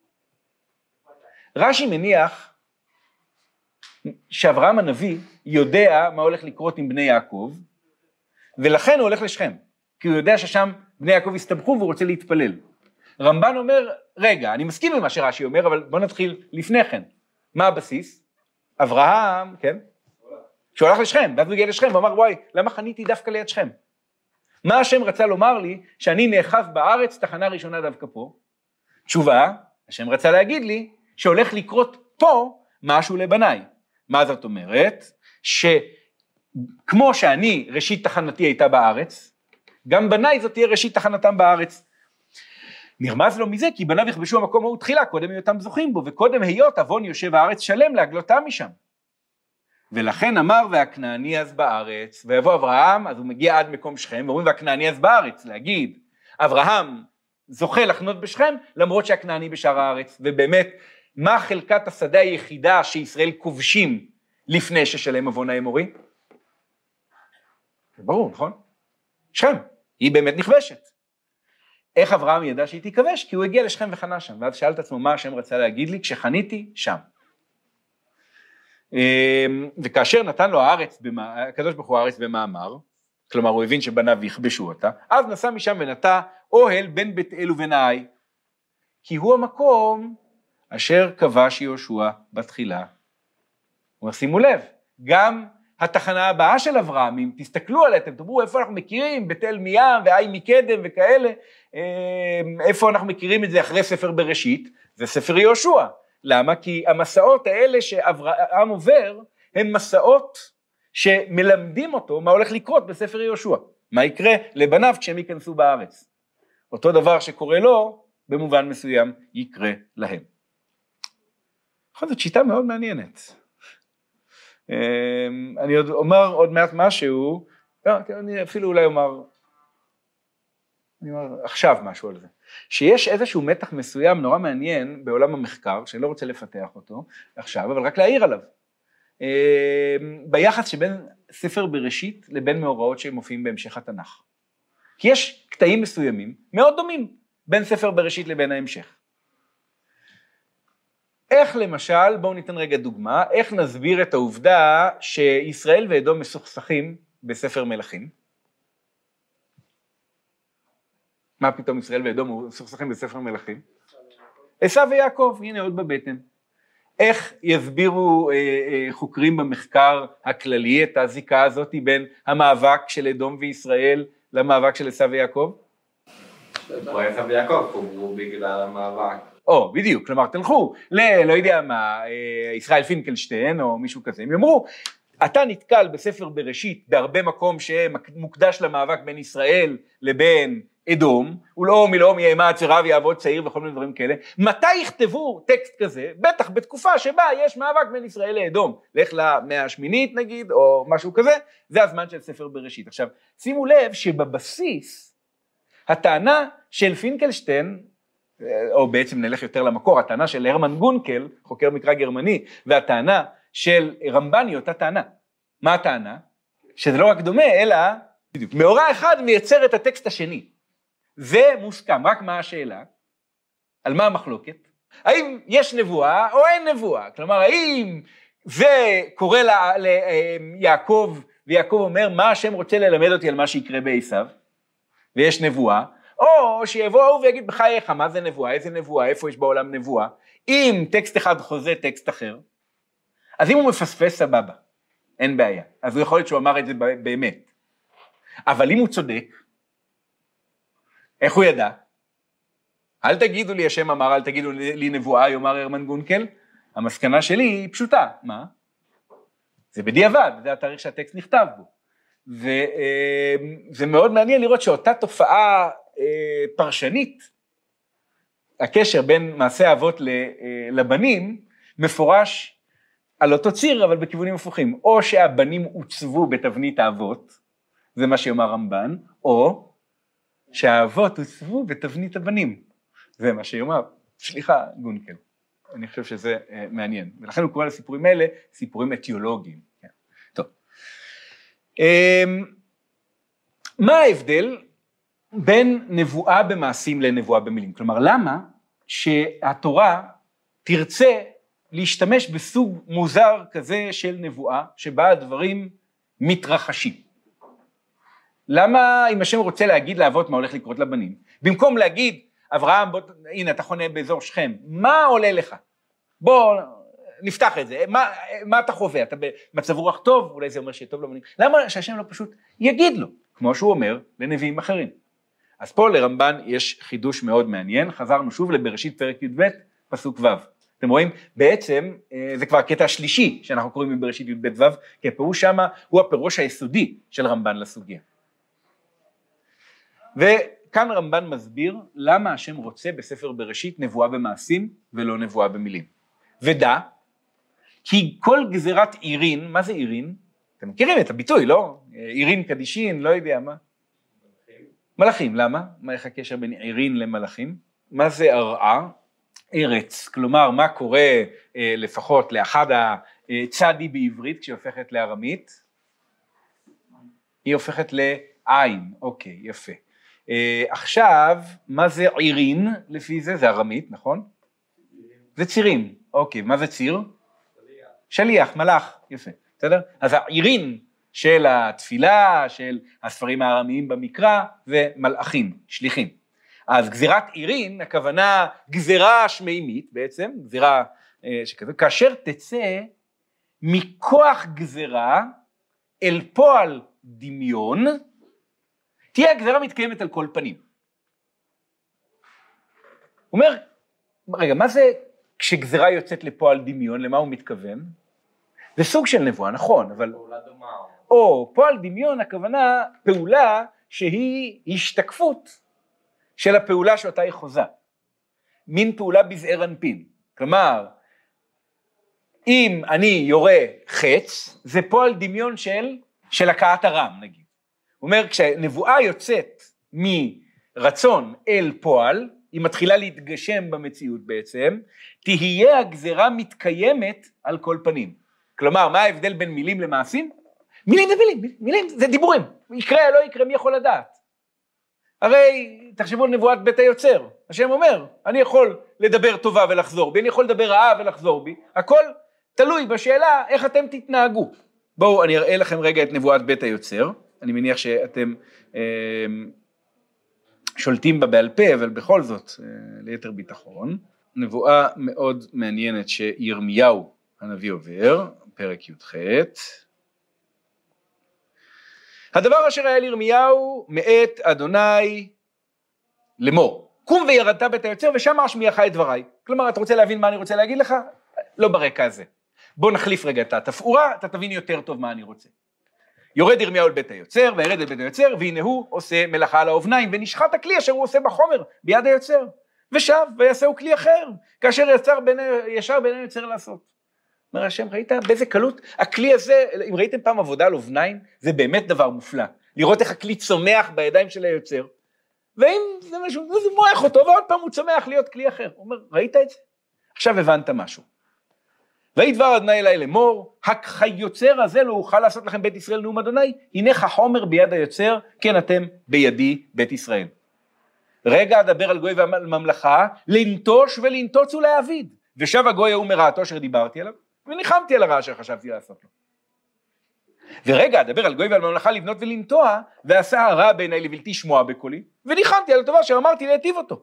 רש"י מניח שאברהם הנביא יודע מה הולך לקרות עם בני יעקב, ולכן הוא הולך לשכם, כי הוא יודע ששם בני יעקב הסתבכו והוא רוצה להתפלל. רמב"ן אומר, רגע, אני מסכים עם מה שרש"י אומר, אבל בוא נתחיל לפני כן. מה הבסיס? אברהם, כן? שהוא הלך לשכם, ואז הוא הגיע לשכם, ואמר, וואי, למה חניתי דווקא ליד שכם? מה השם רצה לומר לי, שאני נאחז בארץ, תחנה ראשונה דווקא פה? תשובה, השם רצה להגיד לי, שהולך לקרות פה משהו לבניי. מה זאת אומרת? שכמו שאני, ראשית תחנתי הייתה בארץ, גם בניי זאת תהיה ראשית תחנתם בארץ. נרמז לו מזה, כי בניו יכבשו המקום ההוא תחילה, קודם היותם זוכים בו, וקודם היות אבון יושב הארץ שלם להגלותם משם. ולכן אמר והכנעני אז בארץ, ויבוא אברהם, אז הוא מגיע עד מקום שכם, ואומרים והכנעני אז בארץ, להגיד, אברהם זוכה לחנות בשכם, למרות שהכנעני בשאר הארץ, ובאמת, מה חלקת השדה היחידה שישראל כובשים לפני ששלם אבון האמורי? זה ברור, נכון? שכם, היא באמת נכבשת. איך אברהם ידע שהיא תיכבש? כי הוא הגיע לשכם וחנה שם, ואז שאל את עצמו מה השם רצה להגיד לי, כשחניתי שם. וכאשר נתן לו הארץ, הקדוש ברוך הוא הארץ במאמר, כלומר הוא הבין שבניו יכבשו אותה, אז נסע משם ונטע אוהל בין בית אל ובין העי, כי הוא המקום אשר כבש יהושע בתחילה. הוא שימו לב, גם התחנה הבאה של אברהם, אם תסתכלו עליה, אתם תאמרו איפה אנחנו מכירים, בית אל מים והעי מקדם וכאלה, איפה אנחנו מכירים את זה אחרי ספר בראשית, זה ספר יהושע. למה? כי המסעות האלה שאברהם עובר, הם מסעות שמלמדים אותו מה הולך לקרות בספר יהושע. מה יקרה לבניו כשהם ייכנסו בארץ. אותו דבר שקורה לו, במובן מסוים יקרה להם. בכל זאת שיטה מאוד מעניינת. אני עוד אומר עוד מעט משהו, אני אפילו אולי אומר, אני אומר עכשיו משהו על זה, שיש איזשהו מתח מסוים נורא מעניין בעולם המחקר, שאני לא רוצה לפתח אותו עכשיו, אבל רק להעיר עליו, ביחס שבין ספר בראשית לבין מאורעות שמופיעים בהמשך התנ"ך. כי יש קטעים מסוימים מאוד דומים בין ספר בראשית לבין ההמשך. איך למשל, בואו ניתן רגע דוגמה, איך נסביר את העובדה שישראל ואדום מסוכסכים בספר מלכים? מה פתאום ישראל ואדום מסוכסכים בספר מלכים? עשיו ויעקב, הנה עוד בבטן. איך יסבירו אה, אה, חוקרים במחקר הכללי את הזיקה הזאת בין המאבק של אדום וישראל למאבק של עשיו ויעקב? פה עשיו ויעקב חוברו בגלל המאבק. או, בדיוק, כלומר תלכו, ל, לא יודע מה, ישראל פינקלשטיין או מישהו כזה, הם אמרו, אתה נתקל בספר בראשית בהרבה מקום שמוקדש למאבק בין ישראל לבין אדום, ולא מלאום יאמץ ורב יעבוד צעיר וכל מיני דברים כאלה, מתי יכתבו טקסט כזה? בטח בתקופה שבה יש מאבק בין ישראל לאדום, לך למאה השמינית נגיד, או משהו כזה, זה הזמן של ספר בראשית. עכשיו, שימו לב שבבסיס, הטענה של פינקלשטיין, או בעצם נלך יותר למקור, הטענה של הרמן גונקל, חוקר מקרא גרמני, והטענה של רמב"ן היא אותה טענה. מה הטענה? שזה לא רק דומה, אלא בדיוק, מאורע אחד מייצר את הטקסט השני. זה מוסכם, רק מה השאלה? על מה המחלוקת? האם יש נבואה או אין נבואה? כלומר, האם זה קורא ליעקב, ויעקב אומר, מה השם רוצה ללמד אותי על מה שיקרה בעשיו? ויש נבואה, או שיבוא הוא ויגיד בחייך, מה זה נבואה, איזה נבואה, איפה יש בעולם נבואה, אם טקסט אחד חוזה טקסט אחר, אז אם הוא מפספס סבבה, אין בעיה, אז הוא יכול להיות שהוא אמר את זה באמת, אבל אם הוא צודק, איך הוא ידע? אל תגידו לי השם אמר, אל תגידו לי נבואה, יאמר הרמן גונקל, המסקנה שלי היא פשוטה, מה? זה בדיעבד, זה התאריך שהטקסט נכתב בו, וזה מאוד מעניין לראות שאותה תופעה פרשנית, הקשר בין מעשי האבות לבנים, מפורש על אותו ציר, אבל בכיוונים הפוכים, או שהבנים עוצבו בתבנית האבות, זה מה שיאמר רמב"ן, או שהאבות עוצבו בתבנית הבנים, זה מה שיאמר, סליחה, גונקל. אני חושב שזה מעניין, ולכן הוא קורא לסיפורים האלה, סיפורים אתיולוגיים. טוב. מה ההבדל בין נבואה במעשים לנבואה במילים? כלומר, למה שהתורה תרצה להשתמש בסוג מוזר כזה של נבואה, שבה הדברים מתרחשים? למה אם השם רוצה להגיד לאבות מה הולך לקרות לבנים? במקום להגיד, אברהם, בוא, הנה, אתה חונה באזור שכם, מה עולה לך? בוא, נפתח את זה, מה, מה אתה חווה? אתה במצב רוח טוב? אולי זה אומר שיהיה טוב למונים. למה שהשם לא פשוט יגיד לו, כמו שהוא אומר לנביאים אחרים? אז פה לרמב"ן יש חידוש מאוד מעניין, חזרנו שוב לבראשית פרק י"ב, פסוק ו'. אתם רואים, בעצם זה כבר הקטע השלישי שאנחנו קוראים מבראשית י"ב ו', כי הפירוש שמה הוא הפירוש היסודי של רמב"ן לסוגיה. וכאן רמב"ן מסביר למה השם רוצה בספר בראשית נבואה במעשים ולא נבואה במילים. ודע, כי כל גזירת עירין, מה זה עירין? אתם מכירים את הביטוי, לא? עירין קדישין, לא יודע מה. מלאכים. מלאכים, למה? מה איך הקשר בין עירין למלאכים? מה זה הרעה? ארץ, כלומר מה קורה אה, לפחות לאחד הצדי בעברית כשהיא הופכת לארמית? היא הופכת לעין, אוקיי, יפה. אה, עכשיו, מה זה עירין לפי זה? זה ארמית, נכון? זה צירים, אוקיי, מה זה ציר? שליח. שליח, מלאך, יפה, בסדר? אז העירין של התפילה, של הספרים הארמיים במקרא, זה מלאכים, שליחים. אז גזירת עירין, הכוונה גזירה שמימית בעצם, גזירה אה, שכזה, כאשר תצא מכוח גזירה אל פועל דמיון, תהיה הגזירה מתקיימת על כל פנים. הוא אומר, רגע, מה זה כשגזירה יוצאת לפועל דמיון, למה הוא מתכוון? זה סוג של נבואה, נכון, אבל... פעולה דומה. או פועל דמיון, הכוונה פעולה שהיא השתקפות, של הפעולה שאותה היא חוזה, מין פעולה בזעיר אנפין, כלומר, אם אני יורה חץ, זה פועל דמיון של, של הקעת הרם, נגיד. הוא אומר, כשנבואה יוצאת מרצון אל פועל, היא מתחילה להתגשם במציאות בעצם, תהיה הגזרה מתקיימת על כל פנים. כלומר, מה ההבדל בין מילים למעשים? מילים זה מילים, מילים זה דיבורים, יקרה, לא יקרה, מי יכול לדעת? הרי תחשבו על נבואת בית היוצר, השם אומר, אני יכול לדבר טובה ולחזור בי, אני יכול לדבר רעה ולחזור בי, הכל תלוי בשאלה איך אתם תתנהגו. בואו אני אראה לכם רגע את נבואת בית היוצר, אני מניח שאתם אה, שולטים בה בעל פה, אבל בכל זאת, אה, ליתר ביטחון, נבואה מאוד מעניינת שירמיהו הנביא עובר, פרק י"ח, הדבר אשר היה לירמיהו מאת אדוני לאמור, קום וירדת בית היוצר ושם אשמיעך את דבריי. כלומר, אתה רוצה להבין מה אני רוצה להגיד לך? לא ברקע הזה. בוא נחליף רגע את התפאורה, אתה תבין יותר טוב מה אני רוצה. יורד ירמיהו אל בית היוצר, וירד אל בית היוצר, והנה הוא עושה מלאכה על האובניים, ונשחט הכלי אשר הוא עושה בחומר ביד היוצר, ושב ויעשהו כלי אחר, כאשר יצר בין, ישר בין היוצר לעשות. אומר השם, ראית באיזה קלות? הכלי הזה, אם ראיתם פעם עבודה על אובניים, זה באמת דבר מופלא. לראות איך הכלי צומח בידיים של היוצר, ואם זה משהו, זה מוח אותו, ועוד פעם הוא צומח להיות כלי אחר. הוא אומר, ראית את זה? עכשיו הבנת משהו. ויהי דבר אדוני אלי לאמור, היוצר הזה לא אוכל לעשות לכם בית ישראל נאום אדוני, הנה החומר ביד היוצר, כן אתם בידי בית ישראל. רגע אדבר על גוי והממלכה, לנטוש ולנטוץ ולהעביד. ושב הגוי ההוא מרעתו אשר דיברתי עליו, וניחמתי על הרע אשר חשבתי לעשות לו. ורגע אדבר על גוי ועל ממלכה לבנות ולנטוע, ועשה הרע בעיני לבלתי שמוע בקולי, וניחמתי על הטובה אשר אמרתי להיטיב אותו.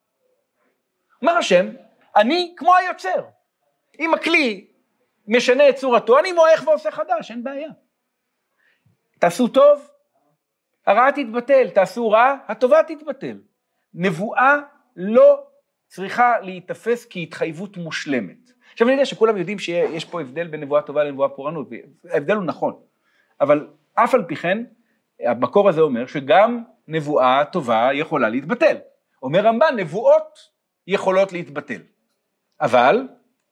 אומר השם, אני כמו היוצר. אם הכלי משנה את צורתו, אני מועך ועושה חדש, אין בעיה. תעשו טוב, הרעה תתבטל, תעשו רע, הטובה תתבטל. נבואה לא צריכה להתאפס כהתחייבות מושלמת. עכשיו אני יודע שכולם יודעים שיש פה הבדל בין נבואה טובה לנבואה פורענות, ההבדל הוא נכון, אבל אף על פי כן, המקור הזה אומר שגם נבואה טובה יכולה להתבטל. אומר רמב"ן, נבואות יכולות להתבטל, אבל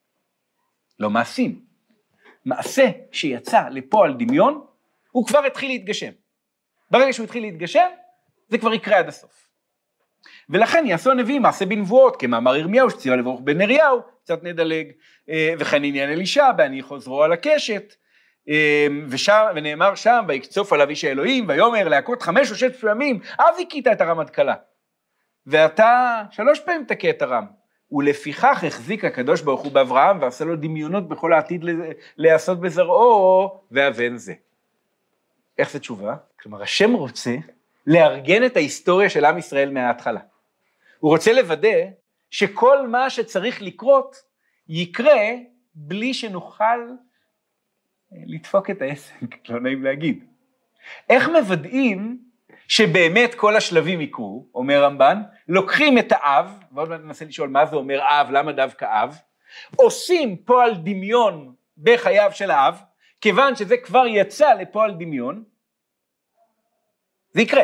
לא מעשים. מעשה שיצא לפועל דמיון, הוא כבר התחיל להתגשם. ברגע שהוא התחיל להתגשם, זה כבר יקרה עד הסוף. ולכן יעשו הנביאים מעשה בנבואות, כמאמר ירמיהו שציווה לברוך בן נריהו, קצת נדלג, וכן עניין אלישע, בהניח עוזרו על הקשת, ושם, ונאמר שם, ויקצוף עליו איש האלוהים, ויאמר להכות חמש או שש פעמים, אז הכית את הרם עד כלה. ואתה שלוש פעמים תכה את הרם, ולפיכך החזיק הקדוש ברוך הוא באברהם, ועשה לו דמיונות בכל העתיד לעשות בזרעו, ואבן זה. איך זה תשובה? כלומר, השם רוצה לארגן את ההיסטוריה של עם ישראל מההתחלה. הוא רוצה לוודא שכל מה שצריך לקרות יקרה בלי שנוכל לדפוק את העסק, לא נעים להגיד. איך מוודאים שבאמת כל השלבים יקרו, אומר רמב"ן, לוקחים את האב, ועוד מעט ננסה לשאול מה זה אומר אב, למה דווקא אב, עושים פועל דמיון בחייו של האב, כיוון שזה כבר יצא לפועל דמיון, זה יקרה.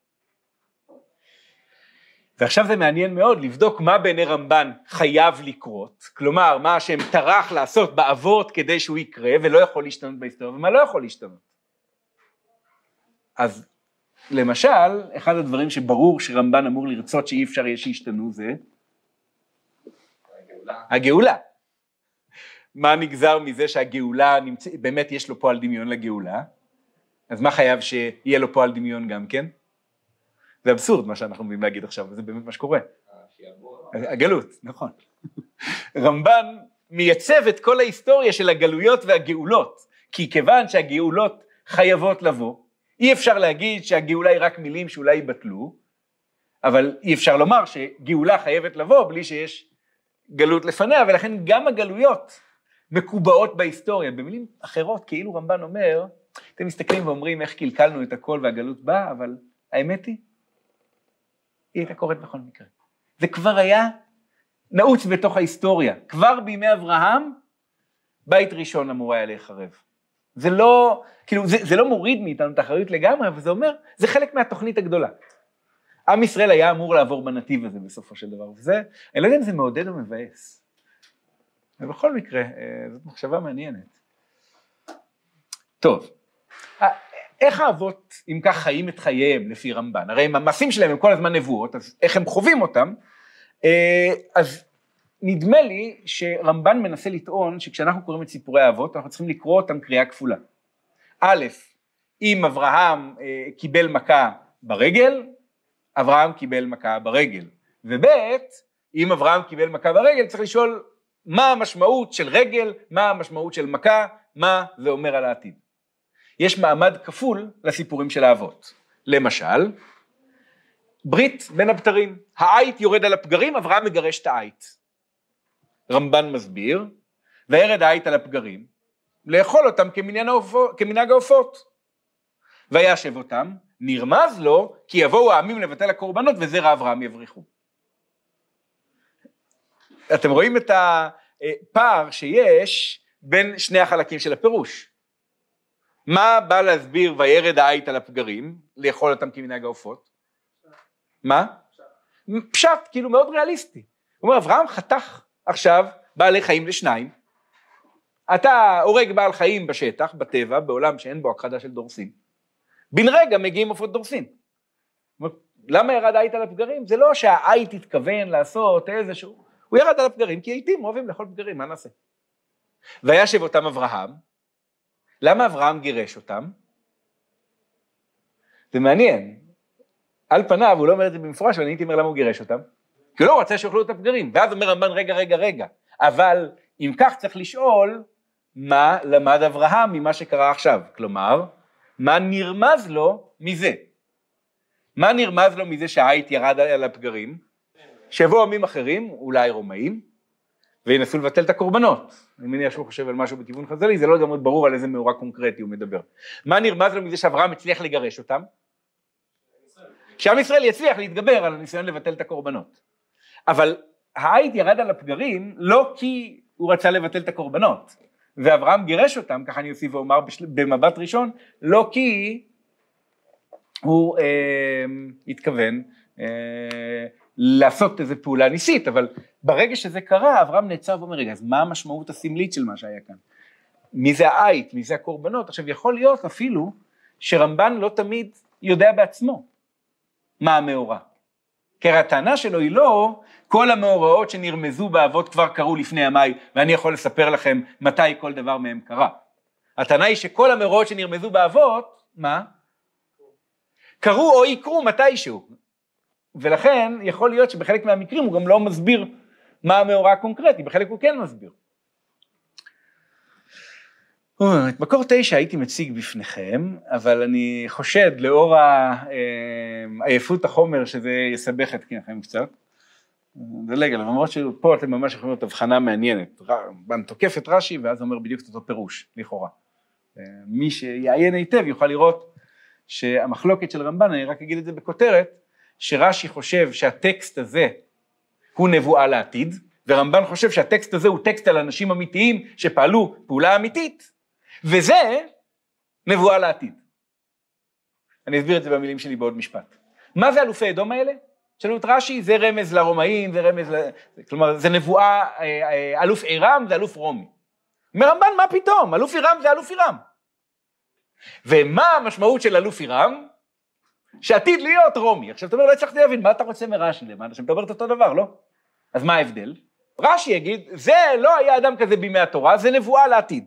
ועכשיו זה מעניין מאוד לבדוק מה בעיני רמב"ן חייב לקרות, כלומר מה שהם טרח לעשות באבות כדי שהוא יקרה ולא יכול להשתנות בהיסטוריה, ומה לא יכול להשתנות. אז למשל, אחד הדברים שברור שרמב"ן אמור לרצות שאי אפשר יהיה שישתנו זה הגאולה. הגאולה. מה נגזר מזה שהגאולה נמצא, באמת יש לו פועל דמיון לגאולה, אז מה חייב שיהיה לו פועל דמיון גם כן? זה אבסורד מה שאנחנו מביאים להגיד עכשיו, וזה באמת מה שקורה. הגלות, נכון. רמב"ן מייצב את כל ההיסטוריה של הגלויות והגאולות, כי כיוון שהגאולות חייבות לבוא, אי אפשר להגיד שהגאולה היא רק מילים שאולי יבטלו, אבל אי אפשר לומר שגאולה חייבת לבוא בלי שיש גלות לפניה, ולכן גם הגלויות מקובעות בהיסטוריה. במילים אחרות, כאילו רמב"ן אומר, אתם מסתכלים ואומרים איך קלקלנו את הכל והגלות באה, אבל האמת היא, היא הייתה קורית בכל מקרה. זה כבר היה נעוץ בתוך ההיסטוריה. כבר בימי אברהם, בית ראשון אמור היה להיחרב. זה לא, כאילו, זה, זה לא מוריד מאיתנו את האחריות לגמרי, אבל זה אומר, זה חלק מהתוכנית הגדולה. עם ישראל היה אמור לעבור בנתיב הזה בסופו של דבר, וזה, אני לא יודע אם זה מעודד או מבאס. ובכל מקרה, זאת מחשבה מעניינת. טוב, איך האבות, אם כך, חיים את חייהם לפי רמב"ן? הרי המעשים שלהם הם כל הזמן נבואות, אז איך הם חווים אותם? אז נדמה לי שרמב"ן מנסה לטעון שכשאנחנו קוראים את סיפורי האבות, אנחנו צריכים לקרוא אותם קריאה כפולה. א', אם אברהם קיבל מכה ברגל, אברהם קיבל מכה ברגל. וב', אם אברהם קיבל מכה ברגל, צריך לשאול מה המשמעות של רגל, מה המשמעות של מכה, מה זה אומר על העתיד. יש מעמד כפול לסיפורים של האבות. למשל, ברית בין הבתרים. העית יורד על הפגרים, אברהם מגרש את העית. רמב"ן מסביר, וירד העית על הפגרים, לאכול אותם כמנהג העופות. וישב אותם, נרמז לו, כי יבואו העמים לבטל הקורבנות, וזרע אברהם יבריחו. אתם רואים את הפער שיש בין שני החלקים של הפירוש. מה בא להסביר וירד העית על הפגרים, לאכול אותם כמנהג העופות? מה? פשט, כאילו מאוד ריאליסטי. הוא אומר, אברהם חתך עכשיו בעלי חיים לשניים, אתה הורג בעל חיים בשטח, בטבע, בעולם שאין בו הכחדה של דורסים, בן רגע מגיעים עופות דורסים. למה ירד העית על הפגרים? זה לא שהעית התכוון לעשות איזשהו, הוא ירד על הפגרים, כי העיתים אוהבים לאכול פגרים, מה נעשה? וישב אותם אברהם, למה אברהם גירש אותם? זה מעניין, על פניו הוא לא אומר את זה במפורש, אבל אני הייתי אומר למה הוא גירש אותם, כי הוא לא רוצה שיאכלו את הפגרים, ואז אומר רמב"ן רגע רגע רגע, אבל אם כך צריך לשאול, מה למד אברהם ממה שקרה עכשיו, כלומר, מה נרמז לו מזה? מה נרמז לו מזה שהעית ירד על הפגרים? שיבואו עמים אחרים, אולי רומאים, וינסו לבטל את הקורבנות. אני מניח שהוא חושב על משהו בכיוון חז"לי, זה לא גם מאוד ברור על איזה מאורע קונקרטי הוא מדבר. מה נרמז לו מזה שאברהם הצליח לגרש אותם? שעם ישראל יצליח להתגבר על הניסיון לבטל את הקורבנות. אבל העית ירד על הפגרים לא כי הוא רצה לבטל את הקורבנות, ואברהם גירש אותם, ככה אני אוסיף ואומר במבט ראשון, לא כי הוא אה, התכוון אה, לעשות איזו פעולה ניסית, אבל ברגע שזה קרה, אברהם נעצר ואומר, רגע, אז מה המשמעות הסמלית של מה שהיה כאן? מי זה העית, מי זה הקורבנות? עכשיו יכול להיות אפילו שרמב"ן לא תמיד יודע בעצמו מה המאורע. כי הטענה שלו היא לא, כל המאורעות שנרמזו באבות כבר קרו לפני ימיי, ואני יכול לספר לכם מתי כל דבר מהם קרה. הטענה היא שכל המאורעות שנרמזו באבות, מה? קרו או יקרו מתישהו. ולכן יכול להיות שבחלק מהמקרים הוא גם לא מסביר מה המאורע הקונקרטי, בחלק הוא כן מסביר. את מקור תשע הייתי מציג בפניכם, אבל אני חושד לאור עייפות החומר שזה יסבך את כנכם קצת, דלג עליו, למרות שפה אתם ממש יכולים להיות הבחנה מעניינת, רמב"ן תוקף את רש"י ואז אומר בדיוק את אותו פירוש, לכאורה. מי שיעיין היטב יוכל לראות שהמחלוקת של רמב"ן, אני רק אגיד את זה בכותרת, שרש"י חושב שהטקסט הזה הוא נבואה לעתיד, ורמב"ן חושב שהטקסט הזה הוא טקסט על אנשים אמיתיים שפעלו פעולה אמיתית, וזה נבואה לעתיד. אני אסביר את זה במילים שלי בעוד משפט. מה זה אלופי אדום האלה? שאלו את רש"י, זה רמז לרומאים, זה רמז, ל... כלומר זה נבואה, אלוף עירם זה אלוף רומי. מרמב"ן מה פתאום? אלוף עירם זה אלוף עירם. ומה המשמעות של אלוף עירם? שעתיד להיות רומי. עכשיו אתה אומר, לא הצלחתי להבין, מה אתה רוצה מרש"י למען? שמדברת אותו דבר, לא? אז מה ההבדל? רש"י יגיד, זה לא היה אדם כזה בימי התורה, זה נבואה לעתיד.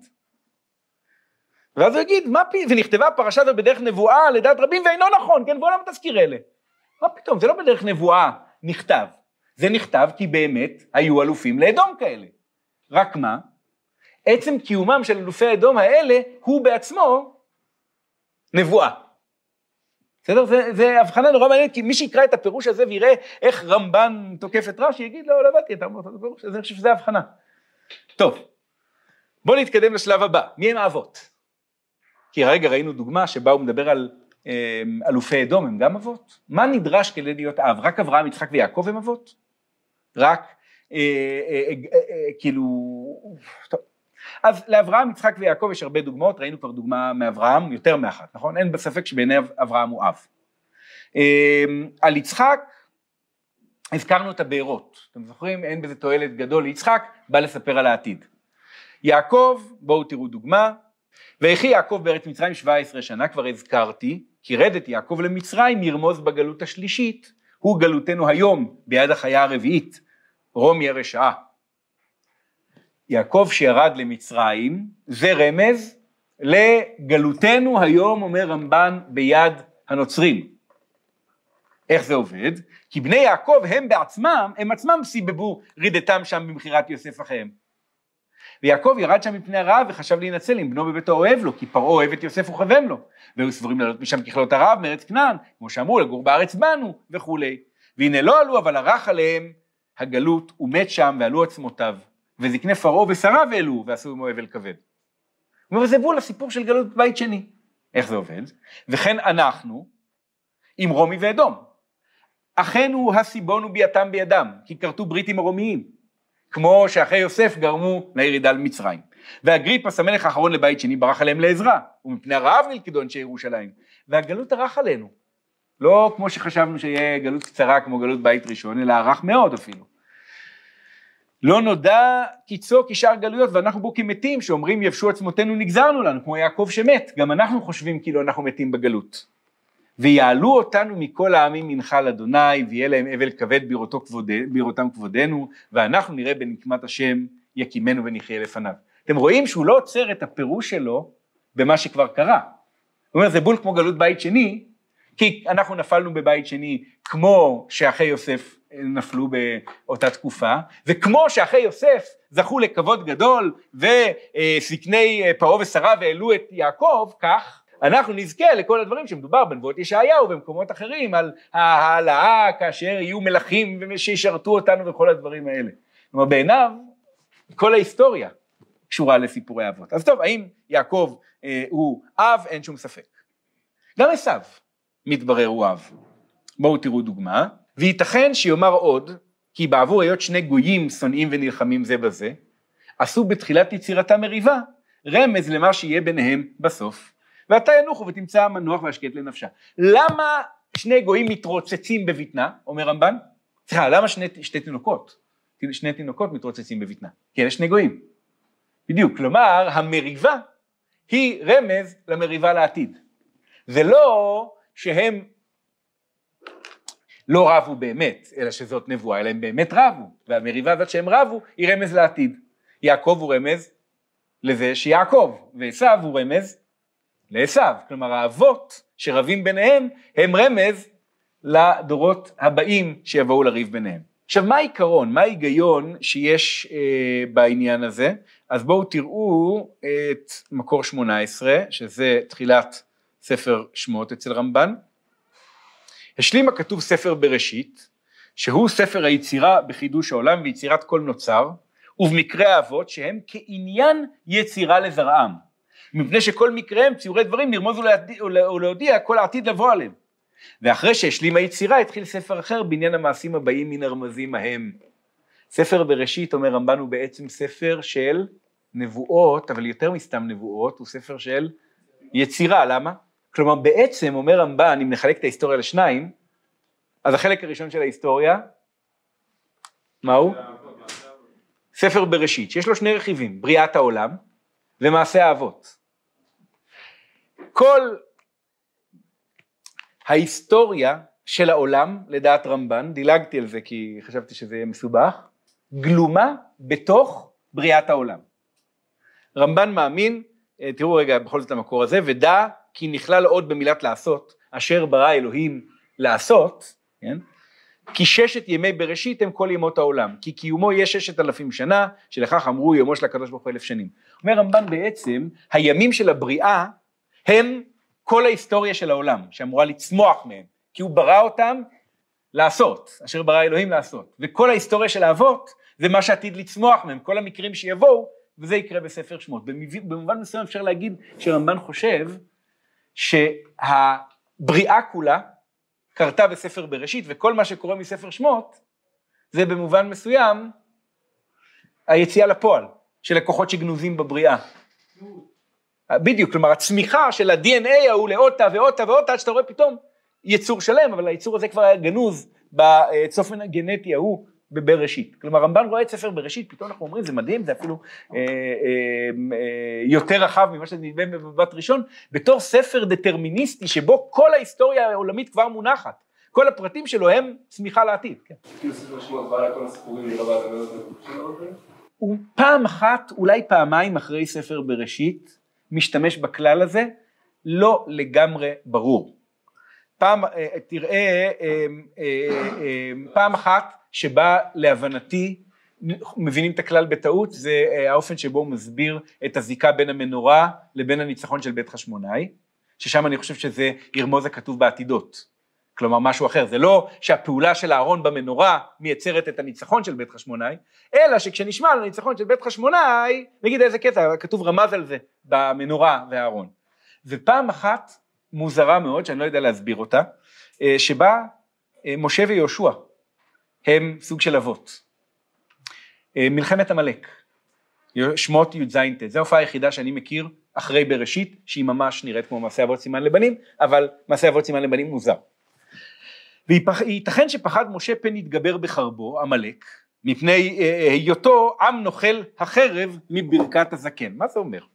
ואז הוא יגיד, מה פי, ונכתבה פרשה זו בדרך נבואה לדעת רבים, ואינו נכון, כן, בעולם תזכיר אלה. מה פתאום, זה לא בדרך נבואה נכתב, זה נכתב כי באמת היו אלופים לאדום כאלה. רק מה? עצם קיומם של אלופי אדום האלה, הוא בעצמו נבואה. בסדר? זה, זה הבחנה נורא מעניינת, כי מי שיקרא את הפירוש הזה ויראה איך רמב"ן תוקף את רש"י, יגיד, לא, לא הבנתי, אתה אומר את הפירוש, אז אני חושב שזה הבחנה. טוב, בואו נתקדם לשלב הבא, מי הם האבות? כי הרגע ראינו דוגמה שבה הוא מדבר על אה, אלופי אדום, הם גם אבות? מה נדרש כדי להיות אב? רק אברהם, יצחק ויעקב הם אבות? רק, אה, אה, אה, אה, אה, כאילו, טוב. אז לאברהם, יצחק ויעקב יש הרבה דוגמאות, ראינו כבר דוגמה מאברהם, יותר מאחת, נכון? אין בספק שבעיני אברהם הוא אב. על יצחק, הזכרנו את הבארות, אתם זוכרים? אין בזה תועלת גדול ליצחק, בא לספר על העתיד. יעקב, בואו תראו דוגמה, ויחי יעקב בארץ מצרים שבע עשרה שנה, כבר הזכרתי, כי רדת יעקב למצרים ירמוז בגלות השלישית, הוא גלותנו היום ביד החיה הרביעית, רומי הרשעה. יעקב שירד למצרים, זה רמז לגלותנו היום, אומר רמב"ן, ביד הנוצרים. איך זה עובד? כי בני יעקב הם בעצמם, הם עצמם סיבבו רידתם שם במחירת יוסף אחיהם. ויעקב ירד שם מפני הרעב וחשב להינצל עם בנו בביתו אוהב לו, כי פרעה אוהב את יוסף וכוון לו, והיו סבורים לעלות משם ככלות הרעב מארץ כנען, כמו שאמרו לגור בארץ בנו וכו'. והנה לא עלו, אבל ערך עליהם הגלות, ומת שם ועלו עצמותיו. וזקני פרעה ושרה ועלו, ועשו עמו אבל כבד. הוא אומר, זה בול הסיפור של גלות בית שני. איך זה עובד? וכן אנחנו, עם רומי ואדום. אחינו הסיבונו ביאתם בידם, כי כרתו ברית עם הרומיים, כמו שאחי יוסף גרמו לירידה למצרים. ואגריפס המלך האחרון לבית שני ברח עליהם לעזרה, ומפני הרעב נלכדו אנשי ירושלים. והגלות ערך עלינו. לא כמו שחשבנו שיהיה גלות קצרה כמו גלות בית ראשון, אלא ערך מאוד אפילו. לא נודע קיצו כשאר גלויות, ואנחנו בו כמתים, שאומרים יבשו עצמותינו נגזרנו לנו, כמו יעקב שמת, גם אנחנו חושבים כאילו אנחנו מתים בגלות. ויעלו אותנו מכל העמים מנחה לאדוני, ויהיה להם אבל כבד בראותו כבוד, בראותם כבודנו, ואנחנו נראה בנקמת השם יקימנו ונחיה לפניו. אתם רואים שהוא לא עוצר את הפירוש שלו במה שכבר קרה. הוא אומר, זה בול כמו גלות בית שני, כי אנחנו נפלנו בבית שני, כמו שאחי יוסף נפלו באותה תקופה, וכמו שאחי יוסף זכו לכבוד גדול, וזקני פרעה ושרה והעלו את יעקב, כך אנחנו נזכה לכל הדברים שמדובר בנבואות ישעיהו ובמקומות אחרים, על ההעלאה כאשר יהיו מלכים שישרתו אותנו וכל הדברים האלה. כלומר בעיניו, כל ההיסטוריה קשורה לסיפורי אבות. אז טוב, האם יעקב אה, הוא אב? אין שום ספק. גם עשיו מתברר הוא אב. בואו תראו דוגמה. וייתכן שיאמר עוד, כי בעבור היות שני גויים שונאים ונלחמים זה בזה, עשו בתחילת יצירתם מריבה, רמז למה שיהיה ביניהם בסוף. ואתה ינוחו ותמצא המנוח והשקט לנפשה. למה שני גויים מתרוצצים בבטנה, אומר רמב"ן? סליחה, למה שני, שתי תינוקות? שני תינוקות מתרוצצים בבטנה. כי אלה שני גויים. בדיוק, כלומר, המריבה היא רמז למריבה לעתיד. זה לא שהם לא רבו באמת, אלא שזאת נבואה, אלא הם באמת רבו, והמריבה הזאת שהם רבו היא רמז לעתיד. יעקב הוא רמז לזה שיעקב, ועשיו הוא רמז לעשיו. כלומר, האבות שרבים ביניהם הם רמז לדורות הבאים שיבואו לריב ביניהם. עכשיו, מה העיקרון, מה ההיגיון שיש אה, בעניין הזה? אז בואו תראו את מקור שמונה עשרה, שזה תחילת ספר שמות אצל רמב"ן. השלים הכתוב ספר בראשית, שהוא ספר היצירה בחידוש העולם ויצירת כל נוצר, ובמקרה האבות שהם כעניין יצירה לזרעם, מפני שכל מקריהם ציורי דברים לרמוז ולהודיע כל העתיד לבוא עליהם. ואחרי שהשלים היצירה התחיל ספר אחר בעניין המעשים הבאים מן הרמזים ההם. ספר בראשית, אומר רמב"ן, הוא בעצם ספר של נבואות, אבל יותר מסתם נבואות, הוא ספר של יצירה. למה? כלומר בעצם אומר רמב"ן, אם נחלק את ההיסטוריה לשניים, אז החלק הראשון של ההיסטוריה, מהו? ספר בראשית, שיש לו שני רכיבים, בריאת העולם ומעשה האבות. כל ההיסטוריה של העולם, לדעת רמב"ן, דילגתי על זה כי חשבתי שזה יהיה מסובך, גלומה בתוך בריאת העולם. רמב"ן מאמין, תראו רגע בכל זאת המקור הזה, ודע כי נכלל עוד במילת לעשות, אשר ברא אלוהים לעשות, כן? כי ששת ימי בראשית הם כל ימות העולם, כי קיומו יש ששת אלפים שנה, שלכך אמרו יומו של הקדוש ברוך הוא אלף שנים. אומר רמב"ן בעצם, הימים של הבריאה הם כל ההיסטוריה של העולם, שאמורה לצמוח מהם, כי הוא ברא אותם לעשות, אשר ברא אלוהים לעשות, וכל ההיסטוריה של האבות, זה מה שעתיד לצמוח מהם, כל המקרים שיבואו, וזה יקרה בספר שמות. במובן מסוים אפשר להגיד שרמב"ן חושב, שהבריאה כולה, קרתה בספר בראשית, וכל מה שקורה מספר שמות, זה במובן מסוים, היציאה לפועל, של הכוחות שגנוזים בבריאה. בדיוק, כלומר, הצמיחה של ה-די אן איי ההוא לאותה ואותה ואותה, עד שאתה רואה פתאום יצור שלם, אבל היצור הזה כבר היה גנוז בצופן הגנטי ההוא בבראשית. כלומר, רמב"ן רואה את ספר בראשית, פתאום אנחנו אומרים, זה מדהים, זה אפילו אה, אה, אה, יותר רחב ממה שזה נדמה במבט ראשון, בתור ספר דטרמיניסטי, שבו כל ההיסטוריה העולמית כבר מונחת. כל הפרטים שלו הם צמיחה לעתיד. כן. כאילו ספר שמות בא לכל הסיפורים לרבה, זה לא זה שלו? הוא פעם אחת, אולי פעמיים אחרי ספר בראשית, משתמש בכלל הזה, לא לגמרי ברור. פעם, תראה, פעם אחת שבה להבנתי, מבינים את הכלל בטעות, זה האופן שבו הוא מסביר את הזיקה בין המנורה לבין הניצחון של בית חשמונאי, ששם אני חושב שזה ירמוז הכתוב בעתידות. כלומר משהו אחר, זה לא שהפעולה של הארון במנורה מייצרת את הניצחון של בית חשמונאי, אלא שכשנשמע על הניצחון של בית חשמונאי, נגיד איזה קטע, כתוב רמז על זה במנורה והארון. ופעם אחת מוזרה מאוד, שאני לא יודע להסביר אותה, שבה משה ויהושע הם סוג של אבות. מלחמת עמלק, שמות י' ז' ט', זו ההופעה היחידה שאני מכיר אחרי בראשית, שהיא ממש נראית כמו מעשה אבות סימן לבנים, אבל מעשה אבות סימן לבנים מוזר. וייתכן שפחד משה פן יתגבר בחרבו, עמלק, מפני היותו עם נוכל החרב מברכת הזקן. מה זה אומר?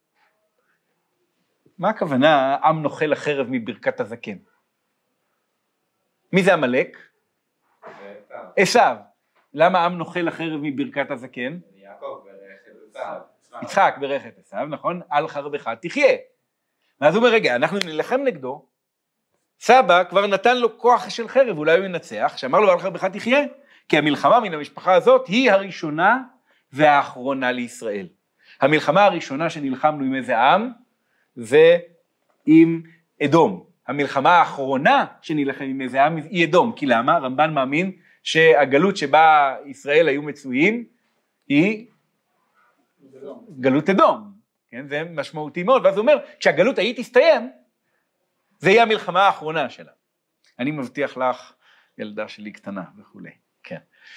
מה הכוונה עם נוכל החרב מברכת הזקן? מי זה עמלק? עשיו. למה עם נוכל החרב מברכת הזקן? יעקב ברכת עשיו. יצחק ברכת עשיו, נכון? על חרבך תחיה. ואז הוא אומר, רגע, אנחנו נלחם נגדו, סבא כבר נתן לו כוח של חרב, אולי הוא ינצח, שאמר לו על חרבך תחיה, כי המלחמה מן המשפחה הזאת היא הראשונה והאחרונה לישראל. המלחמה הראשונה שנלחמנו עם איזה עם, זה עם אדום. המלחמה האחרונה שנלחם עם איזה עם היא אדום, כי למה? רמב"ן מאמין שהגלות שבה ישראל היו מצויים, היא גלות אדום, כן? זה משמעותי מאוד, ואז הוא אומר, כשהגלות ההיא תסתיים, זה יהיה המלחמה האחרונה שלה. אני מבטיח לך, ילדה שלי קטנה וכו'. כן.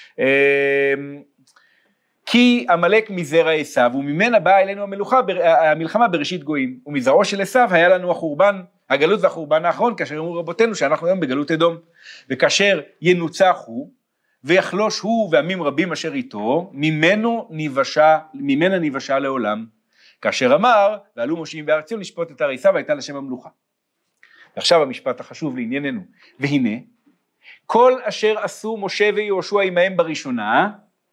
כי עמלק מזרע עשיו, וממנה באה אלינו המלוכה, המלחמה בראשית גויים, ומזרעו של עשיו היה לנו החורבן, הגלות והחורבן האחרון, כאשר אמרו רבותינו שאנחנו היום בגלות אדום, וכאשר ינוצח הוא, ויחלוש הוא ועמים רבים אשר איתו, ממנו ניבשה, ממנה ניבשה לעולם, כאשר אמר, ועלו מושיעים בהר ציון לשפוט את הר עשיו, והייתה לשם המלוכה. ועכשיו המשפט החשוב לענייננו, והנה, כל אשר עשו משה ויהושע עמהם בראשונה,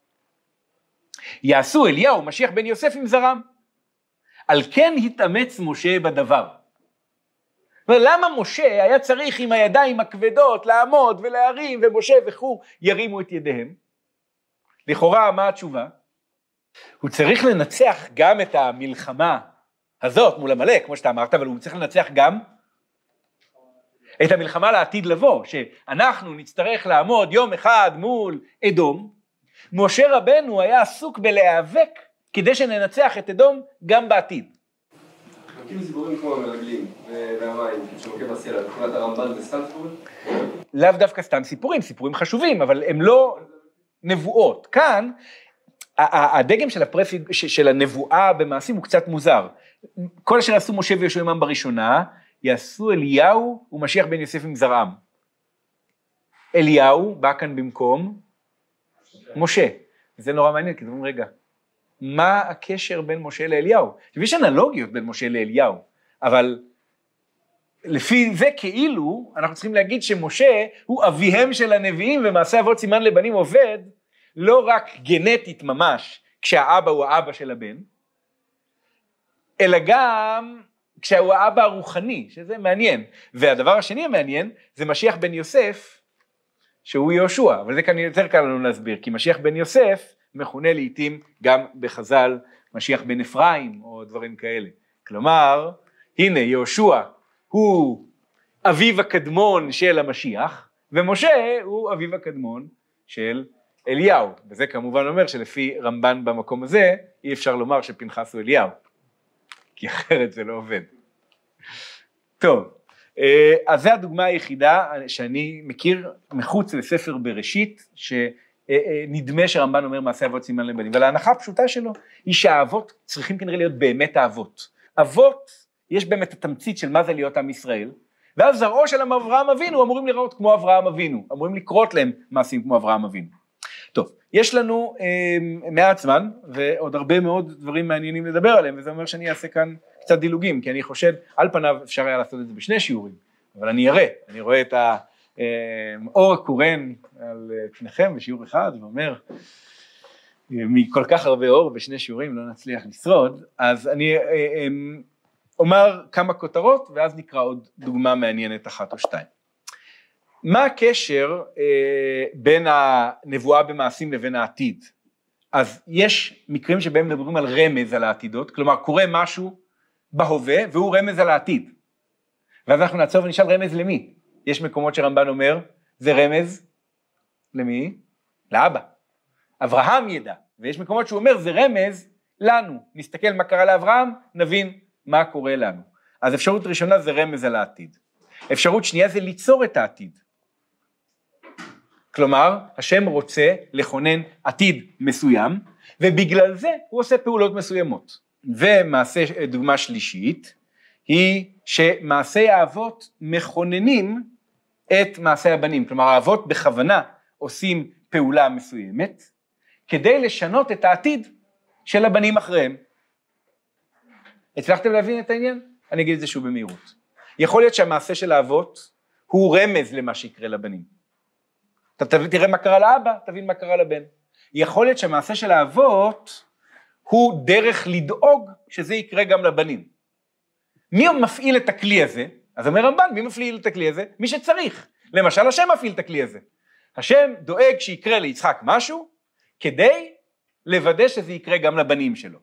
יעשו אליהו משיח בן יוסף עם זרם. על כן התאמץ משה בדבר. ולמה משה היה צריך עם הידיים הכבדות לעמוד ולהרים, ומשה וכו' ירימו את ידיהם? לכאורה מה התשובה? הוא צריך לנצח גם את המלחמה הזאת מול עמלק, כמו שאתה אמרת, אבל הוא צריך לנצח גם את המלחמה לעתיד לבוא, שאנחנו נצטרך לעמוד יום אחד מול אדום, משה רבנו היה עסוק בלהיאבק כדי שננצח את אדום גם בעתיד. כאילו סיפורים כמו המרגלים והמים, שמוכה בסלע, מבחינת הרמב"ן זה סתם סיפורים? לאו דווקא סתם סיפורים, סיפורים חשובים, אבל הם לא נבואות. כאן, הדגם של הפרפיג, של הנבואה במעשים הוא קצת מוזר. כל אשר עשו משה ויהושע עמם בראשונה, יעשו אליהו ומשיח בן יוסף עם זרעם. אליהו בא כאן במקום משה. זה נורא מעניין, כי אתם רגע, מה הקשר בין משה לאליהו? יש אנלוגיות בין משה לאליהו, אבל לפי זה כאילו אנחנו צריכים להגיד שמשה הוא אביהם של הנביאים, ומעשה אבות סימן לבנים עובד לא רק גנטית ממש, כשהאבא הוא האבא של הבן, אלא גם כשהוא האבא הרוחני, שזה מעניין. והדבר השני המעניין זה משיח בן יוסף, שהוא יהושע, אבל זה כאן יותר קל לנו להסביר, כי משיח בן יוסף מכונה לעתים גם בחז"ל משיח בן אפרים או דברים כאלה. כלומר, הנה יהושע הוא אביו הקדמון של המשיח, ומשה הוא אביו הקדמון של אליהו. וזה כמובן אומר שלפי רמב"ן במקום הזה אי אפשר לומר שפנחס הוא אליהו, כי אחרת זה לא עובד. טוב, אז זו הדוגמה היחידה שאני מכיר מחוץ לספר בראשית, שנדמה שרמב"ן אומר מעשה אבות סימן לבנים, אבל ההנחה הפשוטה שלו היא שהאבות צריכים כנראה להיות באמת האבות. אבות, יש באמת התמצית של מה זה להיות עם ישראל, ואז זרעו של אברהם אבינו אמורים לראות כמו אברהם אבינו, אמורים לקרות להם מעשים כמו אברהם אבינו. טוב, יש לנו אה, מעט זמן, ועוד הרבה מאוד דברים מעניינים לדבר עליהם, וזה אומר שאני אעשה כאן קצת דילוגים, כי אני חושב, על פניו אפשר היה לעשות את זה בשני שיעורים, אבל אני אראה, אני רואה את האור הקורן על פניכם בשיעור אחד, ואומר, מכל כך הרבה אור בשני שיעורים לא נצליח לשרוד, אז אני אומר כמה כותרות, ואז נקרא עוד דוגמה מעניינת אחת או שתיים. מה הקשר אה, בין הנבואה במעשים לבין העתיד? אז יש מקרים שבהם מדברים על רמז על העתידות, כלומר קורה משהו בהווה והוא רמז על העתיד. ואז אנחנו נעצור ונשאל רמז למי? יש מקומות שרמב"ן אומר, זה רמז למי? לאבא. אברהם ידע, ויש מקומות שהוא אומר, זה רמז לנו. נסתכל מה קרה לאברהם, נבין מה קורה לנו. אז אפשרות ראשונה זה רמז על העתיד. אפשרות שנייה זה ליצור את העתיד. כלומר, השם רוצה לכונן עתיד מסוים, ובגלל זה הוא עושה פעולות מסוימות. ומעשה, דוגמה שלישית, היא שמעשי האבות מכוננים את מעשי הבנים. כלומר, האבות בכוונה עושים פעולה מסוימת, כדי לשנות את העתיד של הבנים אחריהם. הצלחתם להבין את העניין? אני אגיד את זה שוב במהירות. יכול להיות שהמעשה של האבות הוא רמז למה שיקרה לבנים. אתה תראה מה קרה לאבא, תבין מה קרה לבן. יכול להיות שהמעשה של האבות הוא דרך לדאוג שזה יקרה גם לבנים. מי מפעיל את הכלי הזה? אז אומר רמב"ן, מי מפעיל את הכלי הזה? מי שצריך. למשל, השם מפעיל את הכלי הזה. השם דואג שיקרה ליצחק משהו, כדי לוודא שזה יקרה גם לבנים שלו.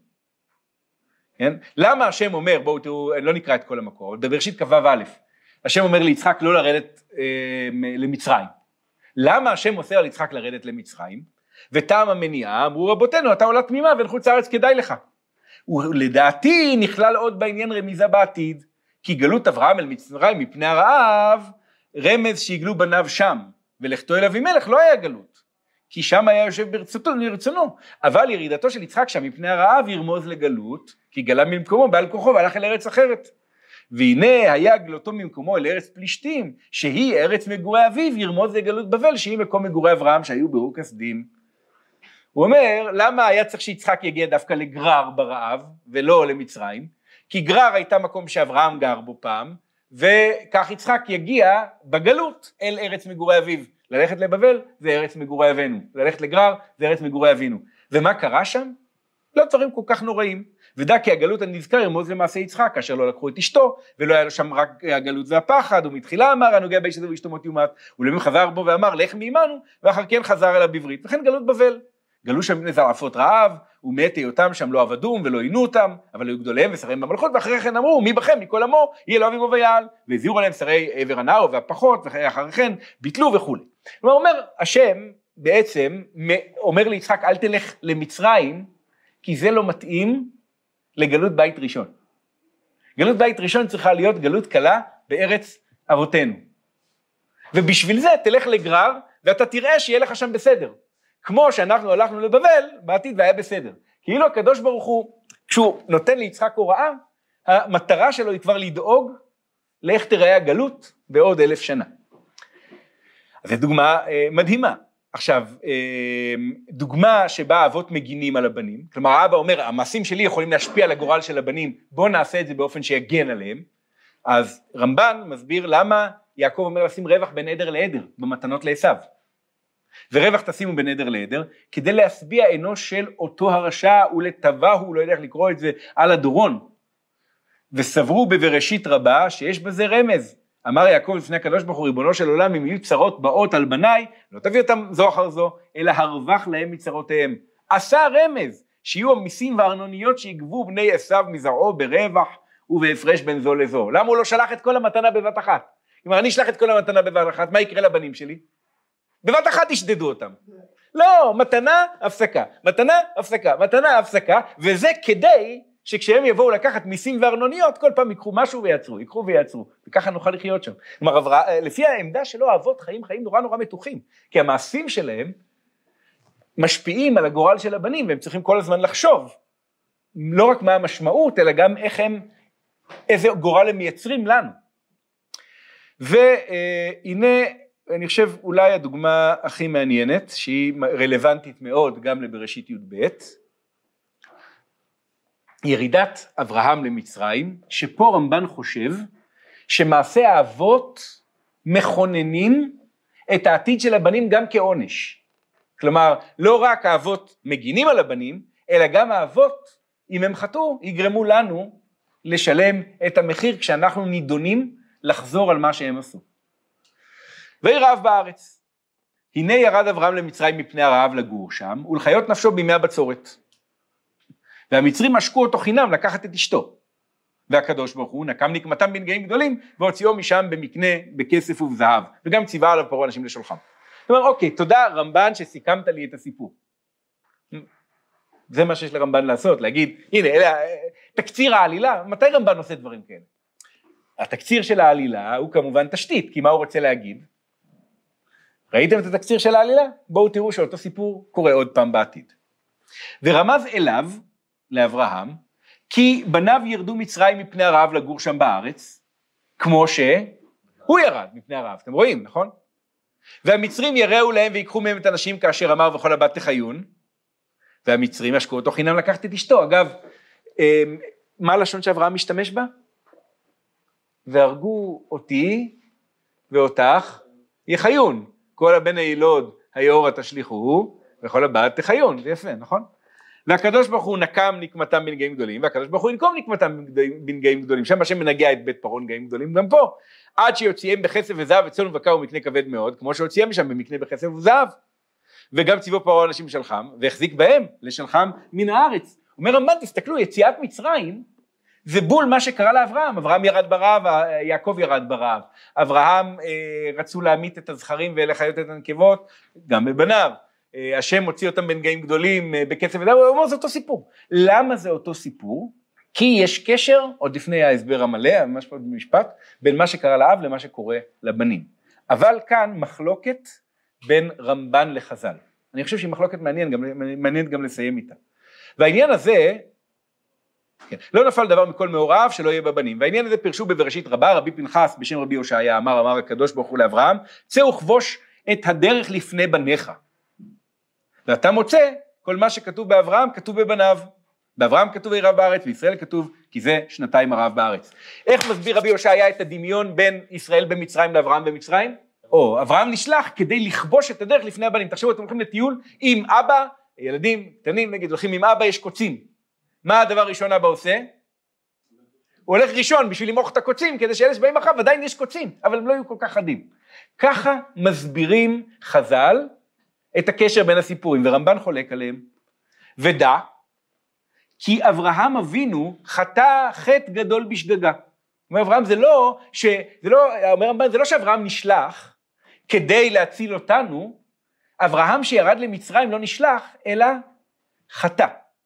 כן? למה השם אומר, בואו תראו, לא נקרא את כל המקור, בבראשית כ"ו א', השם אומר ליצחק לא לרדת אה, למצרים. למה השם עושה על יצחק לרדת למצרים? וטעם המניעה, אמרו רבותינו, אתה עולה תמימה ולחוץ הארץ כדאי לך. ולדעתי נכלל עוד בעניין רמיזה בעתיד, כי גלות אברהם אל מצרים מפני הרעב, רמז שיגלו בניו שם, ולכתו אל אבימלך לא היה גלות, כי שם היה יושב ברצונו, אבל ירידתו של יצחק שם מפני הרעב ירמוז לגלות, כי גלה ממקומו בעל כוחו והלך אל ארץ אחרת. והנה היה גלותו ממקומו אל ארץ פלישתים, שהיא ארץ מגורי אביו, ירמוז לגלות בבל, שהיא מקום מגורי אברהם שהיו באור כסדים. הוא אומר, למה היה צריך שיצחק יגיע דווקא לגרר ברעב, ולא למצרים? כי גרר הייתה מקום שאברהם גר בו פעם, וכך יצחק יגיע בגלות אל ארץ מגורי אביו. ללכת לבבל זה ארץ מגורי אבינו, ללכת לגרר זה ארץ מגורי אבינו. ומה קרה שם? לא דברים כל כך נוראים. ודע כי הגלות הנזכר ירמוז למעשה יצחק, כאשר לא לקחו את אשתו, ולא היה לו שם רק הגלות והפחד, ומתחילה אמר, הנוגע באיש הזה ואשתו מות יומת, ולמי חזר בו ואמר, לך מעמנו, ואחר כן חזר אליו בברית, וכן גלות בבל. גלו שם בני זרעפות רעב, ומאת היותם שם לא עבדום ולא עינו אותם, אבל היו גדוליהם ושריהם במלכות, ואחרי כן אמרו, מי בכם מכל עמו, יהיה לו אביב ויעל, והזהירו עליהם שרי עבר הנהר והפחות, ואחרי כן ביטלו וכו'. כלומר, אומר השם בעצם, אומר ליצחק, אל תלך למצרים, כי זה לא מתאים לגלות בית ראשון. גלות בית ראשון צריכה להיות גלות קלה בארץ אבותינו. ובשביל זה תלך לגרר, ואתה תראה שיהיה לך שם בסדר. כמו שאנחנו הלכנו לבבל, בעתיד והיה בסדר. כאילו הקדוש ברוך הוא, כשהוא נותן ליצחק הוראה, המטרה שלו היא כבר לדאוג לאיך תראה הגלות בעוד אלף שנה. אז זו דוגמה אה, מדהימה. עכשיו, אה, דוגמה שבה האבות מגינים על הבנים, כלומר האבא אומר, המעשים שלי יכולים להשפיע על הגורל של הבנים, בואו נעשה את זה באופן שיגן עליהם. אז רמב"ן מסביר למה יעקב אומר לשים רווח בין עדר לעדר, במתנות לעשיו. ורווח תשימו בין עדר לעדר, כדי להשביע עינו של אותו הרשע ולטבעהו, הוא לא יודע איך לקרוא את זה, על הדורון. וסברו בבראשית רבה שיש בזה רמז. אמר יעקב לפני הקדוש ברוך הוא, ריבונו של עולם, אם יהיו צרות באות על בניי, לא תביא אותם זו אחר זו, אלא הרווח להם מצרותיהם. עשה רמז, שיהיו המיסים והארנוניות שיגבו בני עשיו מזרעו ברווח ובהפרש בין זו לזו. למה הוא לא שלח את כל המתנה בבת אחת? כלומר, אני אשלח את כל המתנה בבת אחת, מה יקרה לבנים שלי? בבת אחת ישדדו אותם. לא, מתנה, הפסקה, מתנה, הפסקה, מתנה, הפסקה, וזה כדי שכשהם יבואו לקחת מיסים וארנוניות, כל פעם יקחו משהו ויעצרו, יקחו ויעצרו, וככה נוכל לחיות שם. כלומר, לפי העמדה שלו, האבות חיים חיים נורא נורא מתוחים, כי המעשים שלהם משפיעים על הגורל של הבנים, והם צריכים כל הזמן לחשוב, לא רק מה המשמעות, אלא גם איך הם, איזה גורל הם מייצרים לנו. והנה, אני חושב אולי הדוגמה הכי מעניינת, שהיא רלוונטית מאוד גם לבראשית י"ב, ירידת אברהם למצרים, שפה רמב"ן חושב שמעשה האבות מכוננים את העתיד של הבנים גם כעונש. כלומר, לא רק האבות מגינים על הבנים, אלא גם האבות, אם הם חטאו, יגרמו לנו לשלם את המחיר כשאנחנו נידונים לחזור על מה שהם עשו. ויהי רעב בארץ. הנה ירד אברהם למצרים מפני הרעב לגור שם, ולחיות נפשו בימי הבצורת. והמצרים משקו אותו חינם לקחת את אשתו. והקדוש ברוך הוא נקם נקמתם בנגעים גדולים, והוציאו משם במקנה, בכסף ובזהב, וגם ציווה עליו פרעה אנשים לשולחם. זאת אומרת, אוקיי, תודה רמב"ן שסיכמת לי את הסיפור. זה מה שיש לרמב"ן לעשות, להגיד, הנה, אלה, תקציר העלילה, מתי רמב"ן עושה דברים כאלה? התקציר של העלילה הוא כמובן תשתית, כי מה הוא רוצה להגיד? ראיתם את התקציר של העלילה? בואו תראו שאותו סיפור קורה עוד פעם בעתיד. ורמז אליו, לאברהם, כי בניו ירדו מצרים מפני הרעב לגור שם בארץ, כמו שהוא ירד מפני הרעב, אתם רואים, נכון? והמצרים יראו להם ויקחו מהם את הנשים כאשר אמר וכל הבת תחיון, והמצרים ישקו אותו חינם לקחת את אשתו. אגב, מה הלשון שאברהם משתמש בה? והרגו אותי ואותך יחיון, כל הבן הילוד היאורה תשליכוהו, וכל הבת תחיון, זה יפה, נכון? והקדוש ברוך הוא נקם נקמתם בנגעים גדולים, והקדוש ברוך הוא ינקום נקמתם בנגעים גדולים, שם השם מנגע את בית פרעה נגעים גדולים, גם פה, עד שיוציאם בכסף וזהב וצאן ובקר ומקנה כבד מאוד, כמו שהוציאם משם במקנה בכסף וזהב, וגם ציוו פרעה אנשים לשלחם, והחזיק בהם לשלחם מן הארץ. אומר רמב"ן, תסתכלו, יציאת מצרים, זה בול מה שקרה לאברהם, אברהם ירד ברעב, יעקב ירד ברעב, אברהם אה, רצו להמית את הזכרים ולחיות את הנקבות, גם בבניו, אה, השם הוציא אותם בנגעים גדולים, אה, בכסף ודאי, הוא אומר, זה אותו סיפור. למה זה אותו סיפור? כי יש קשר, עוד לפני ההסבר המלא, ממש פה במשפט, בין מה שקרה לאב למה שקורה לבנים. אבל כאן מחלוקת בין רמב"ן לחז"ל. אני חושב שהיא מחלוקת מעניין, גם, מעניינת גם לסיים איתה. והעניין הזה, כן, לא נפל דבר מכל מאוריו שלא יהיה בבנים, והעניין הזה פרשו בבראשית רבה, רבי פנחס בשם רבי הושעיה אמר, אמר הקדוש ברוך הוא לאברהם, צא וכבוש את הדרך לפני בניך. ואתה מוצא, כל מה שכתוב באברהם כתוב בבניו, באברהם כתוב ויהי רעב בארץ, בישראל כתוב כי זה שנתיים הרעב בארץ. איך מסביר רבי הושעיה את הדמיון בין ישראל במצרים לאברהם במצרים? או, אברהם נשלח כדי לכבוש את הדרך לפני הבנים. תחשבו, אתם הולכים לטיול עם אבא, ילדים קטנים, נגיד, הולכים עם אבא, יש קוצים. מה הדבר הראשון אבא עושה? הוא הולך ראשון בשביל למרוח את הקוצים, כדי שאלה שבאים אחריו, עדיין יש קוצים, אבל הם לא יהיו כל כך חדים. ככה מסבירים חז"ל את הקשר בין הסיפורים, ורמב"ן חולק עליהם, ודע, כי אברהם אבינו חטא חטא גדול בשגגה. אומר אברהם, זה לא, ש, זה לא, אומר רמב"ן, זה לא שאברהם נשלח כדי להציל אותנו, אברהם שירד למצרים לא נשלח, אלא חטא.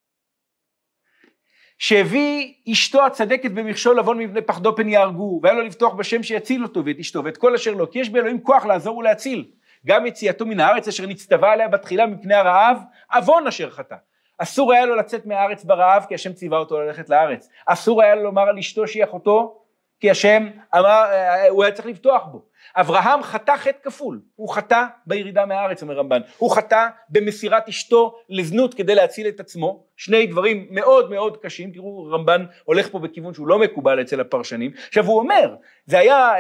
שהביא אשתו הצדקת במכשול לבון מפני פחדו פן יהרגו, והיה לו לפתוח בשם שיציל אותו ואת אשתו ואת כל אשר לו, כי יש באלוהים כוח לעזור ולהציל. גם יציאתו מן הארץ אשר נצטווה עליה בתחילה מפני הרעב, עוון אשר חטא. אסור היה לו לצאת מהארץ ברעב, כי השם ציווה אותו ללכת לארץ. אסור היה לו לומר על אשתו שהיא אחותו, כי השם אמר, הוא היה צריך לפתוח בו. אברהם חטא חטא כפול, הוא חטא בירידה מהארץ, אומר רמב"ן, הוא חטא במסירת אשתו לזנות כדי להציל את עצמו, שני דברים מאוד מאוד קשים, תראו רמב"ן הולך פה בכיוון שהוא לא מקובל אצל הפרשנים, עכשיו הוא אומר, זה היה אה,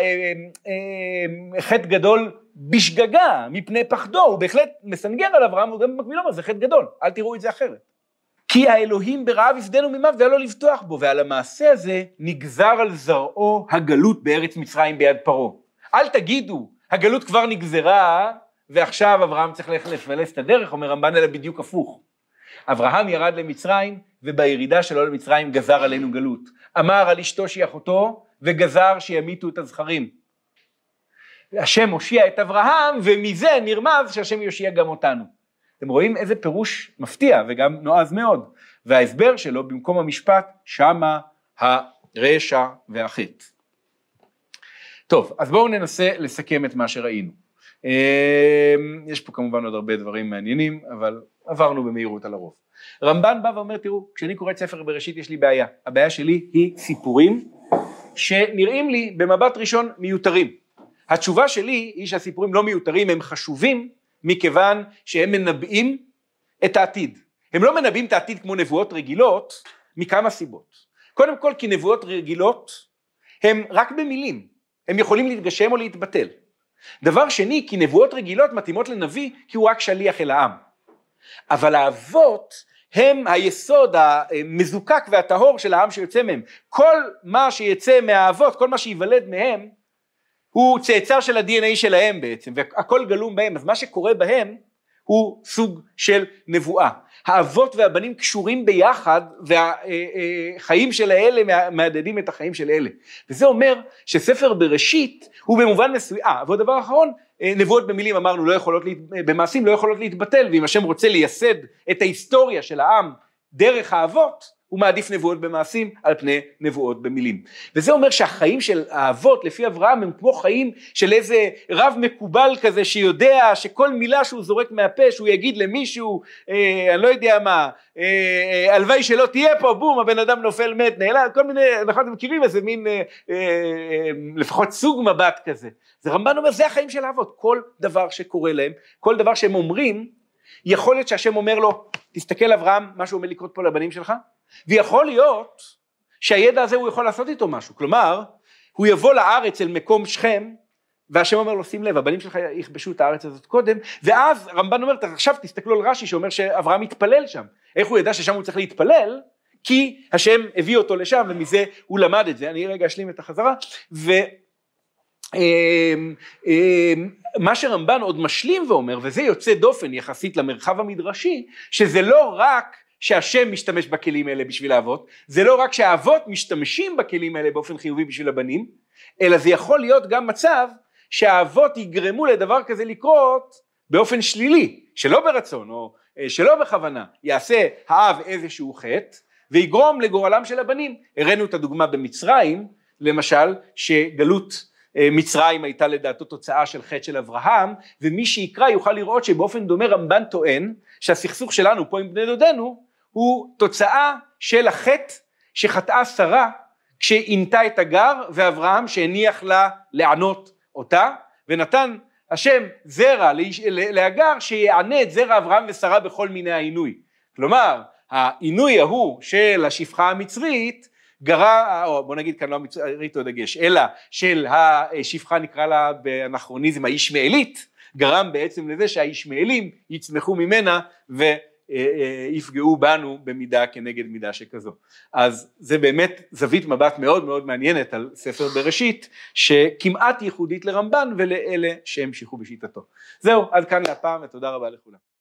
אה, חטא גדול בשגגה, מפני פחדו, הוא בהחלט מסנגר על אברהם, הוא גם במקביל אומר, זה חטא גדול, אל תראו את זה אחרת. כי האלוהים ברעב יפדנו ממוות והיה לו לבטוח בו, ועל המעשה הזה נגזר על זרעו הגלות בארץ מצרים ביד פרעה. אל תגידו, הגלות כבר נגזרה, ועכשיו אברהם צריך ללכת לפלס את הדרך, אומר רמב"ן, אלא בדיוק הפוך. אברהם ירד למצרים, ובירידה שלו למצרים גזר עלינו גלות. אמר על אשתו שהיא אחותו, וגזר שימיתו את הזכרים. השם הושיע את אברהם, ומזה נרמז שהשם יושיע גם אותנו. אתם רואים איזה פירוש מפתיע, וגם נועז מאוד. וההסבר שלו במקום המשפט, שמה הרשע והחטא. טוב, אז בואו ננסה לסכם את מה שראינו. יש פה כמובן עוד הרבה דברים מעניינים, אבל עברנו במהירות על הרוב. רמב"ן בא ואומר, תראו, כשאני קורא את ספר בראשית יש לי בעיה. הבעיה שלי היא סיפורים שנראים לי במבט ראשון מיותרים. התשובה שלי היא שהסיפורים לא מיותרים, הם חשובים, מכיוון שהם מנבאים את העתיד. הם לא מנבאים את העתיד כמו נבואות רגילות, מכמה סיבות. קודם כל, כי נבואות רגילות הם רק במילים. הם יכולים להתגשם או להתבטל. דבר שני, כי נבואות רגילות מתאימות לנביא, כי הוא רק שליח אל העם. אבל האבות הם היסוד המזוקק והטהור של העם שיוצא מהם. כל מה שיצא מהאבות, כל מה שיוולד מהם, הוא צאצא של ה-די אן איי שלהם בעצם, והכל גלום בהם. אז מה שקורה בהם הוא סוג של נבואה. האבות והבנים קשורים ביחד, והחיים של האלה מעדדים את החיים של אלה. וזה אומר שספר בראשית הוא במובן מסוים, אה, ועוד דבר אחרון, נבואות במילים אמרנו לא יכולות, במעשים לא יכולות להתבטל, ואם השם רוצה לייסד את ההיסטוריה של העם דרך האבות, הוא מעדיף נבואות במעשים על פני נבואות במילים. וזה אומר שהחיים של האבות לפי אברהם הם כמו חיים של איזה רב מקובל כזה שיודע שכל מילה שהוא זורק מהפה שהוא יגיד למישהו, אה, אני לא יודע מה, אה, הלוואי שלא תהיה פה, בום, הבן אדם נופל מת, נעלם, כל מיני, אנחנו מכירים איזה מין, אה, אה, לפחות סוג מבט כזה. זה רמב"ן אומר, זה החיים של האבות, כל דבר שקורה להם, כל דבר שהם אומרים, יכול להיות שהשם אומר לו, תסתכל אברהם, מה שהוא אומר לקרות פה לבנים שלך, ויכול להיות שהידע הזה הוא יכול לעשות איתו משהו, כלומר, הוא יבוא לארץ אל מקום שכם, והשם אומר לו, שים לב, הבנים שלך יכבשו את הארץ הזאת קודם, ואז רמב"ן אומר, עכשיו תסתכלו על רש"י, שאומר שאברהם מתפלל שם, איך הוא ידע ששם הוא צריך להתפלל, כי השם הביא אותו לשם, ומזה הוא למד את זה, אני רגע אשלים את החזרה, ו... מה שרמב"ן עוד משלים ואומר, וזה יוצא דופן יחסית למרחב המדרשי, שזה לא רק שהשם משתמש בכלים האלה בשביל האבות, זה לא רק שהאבות משתמשים בכלים האלה באופן חיובי בשביל הבנים, אלא זה יכול להיות גם מצב שהאבות יגרמו לדבר כזה לקרות באופן שלילי, שלא ברצון או שלא בכוונה, יעשה האב איזשהו חטא ויגרום לגורלם של הבנים. הראינו את הדוגמה במצרים, למשל שגלות מצרים הייתה לדעתו תוצאה של חטא של אברהם, ומי שיקרא יוכל לראות שבאופן דומה רמב"ן טוען שהסכסוך שלנו פה עם בני דודנו הוא תוצאה של החטא שחטאה שרה כשעינתה את הגר, ואברהם שהניח לה לענות אותה, ונתן השם זרע להגר שיענה את זרע אברהם ושרה בכל מיני העינוי. כלומר העינוי ההוא של השפחה המצרית גרה, או בוא נגיד כאן לא המצרית או דגש, אלא של השפחה נקרא לה באנכרוניזם הישמעאלית, גרם בעצם לזה שהישמעאלים יצמחו ממנה ו... יפגעו בנו במידה כנגד מידה שכזו. אז זה באמת זווית מבט מאוד מאוד מעניינת על ספר בראשית, שכמעט ייחודית לרמב"ן ולאלה שהמשיכו בשיטתו. זהו, עד כאן להפעם ותודה רבה לכולם.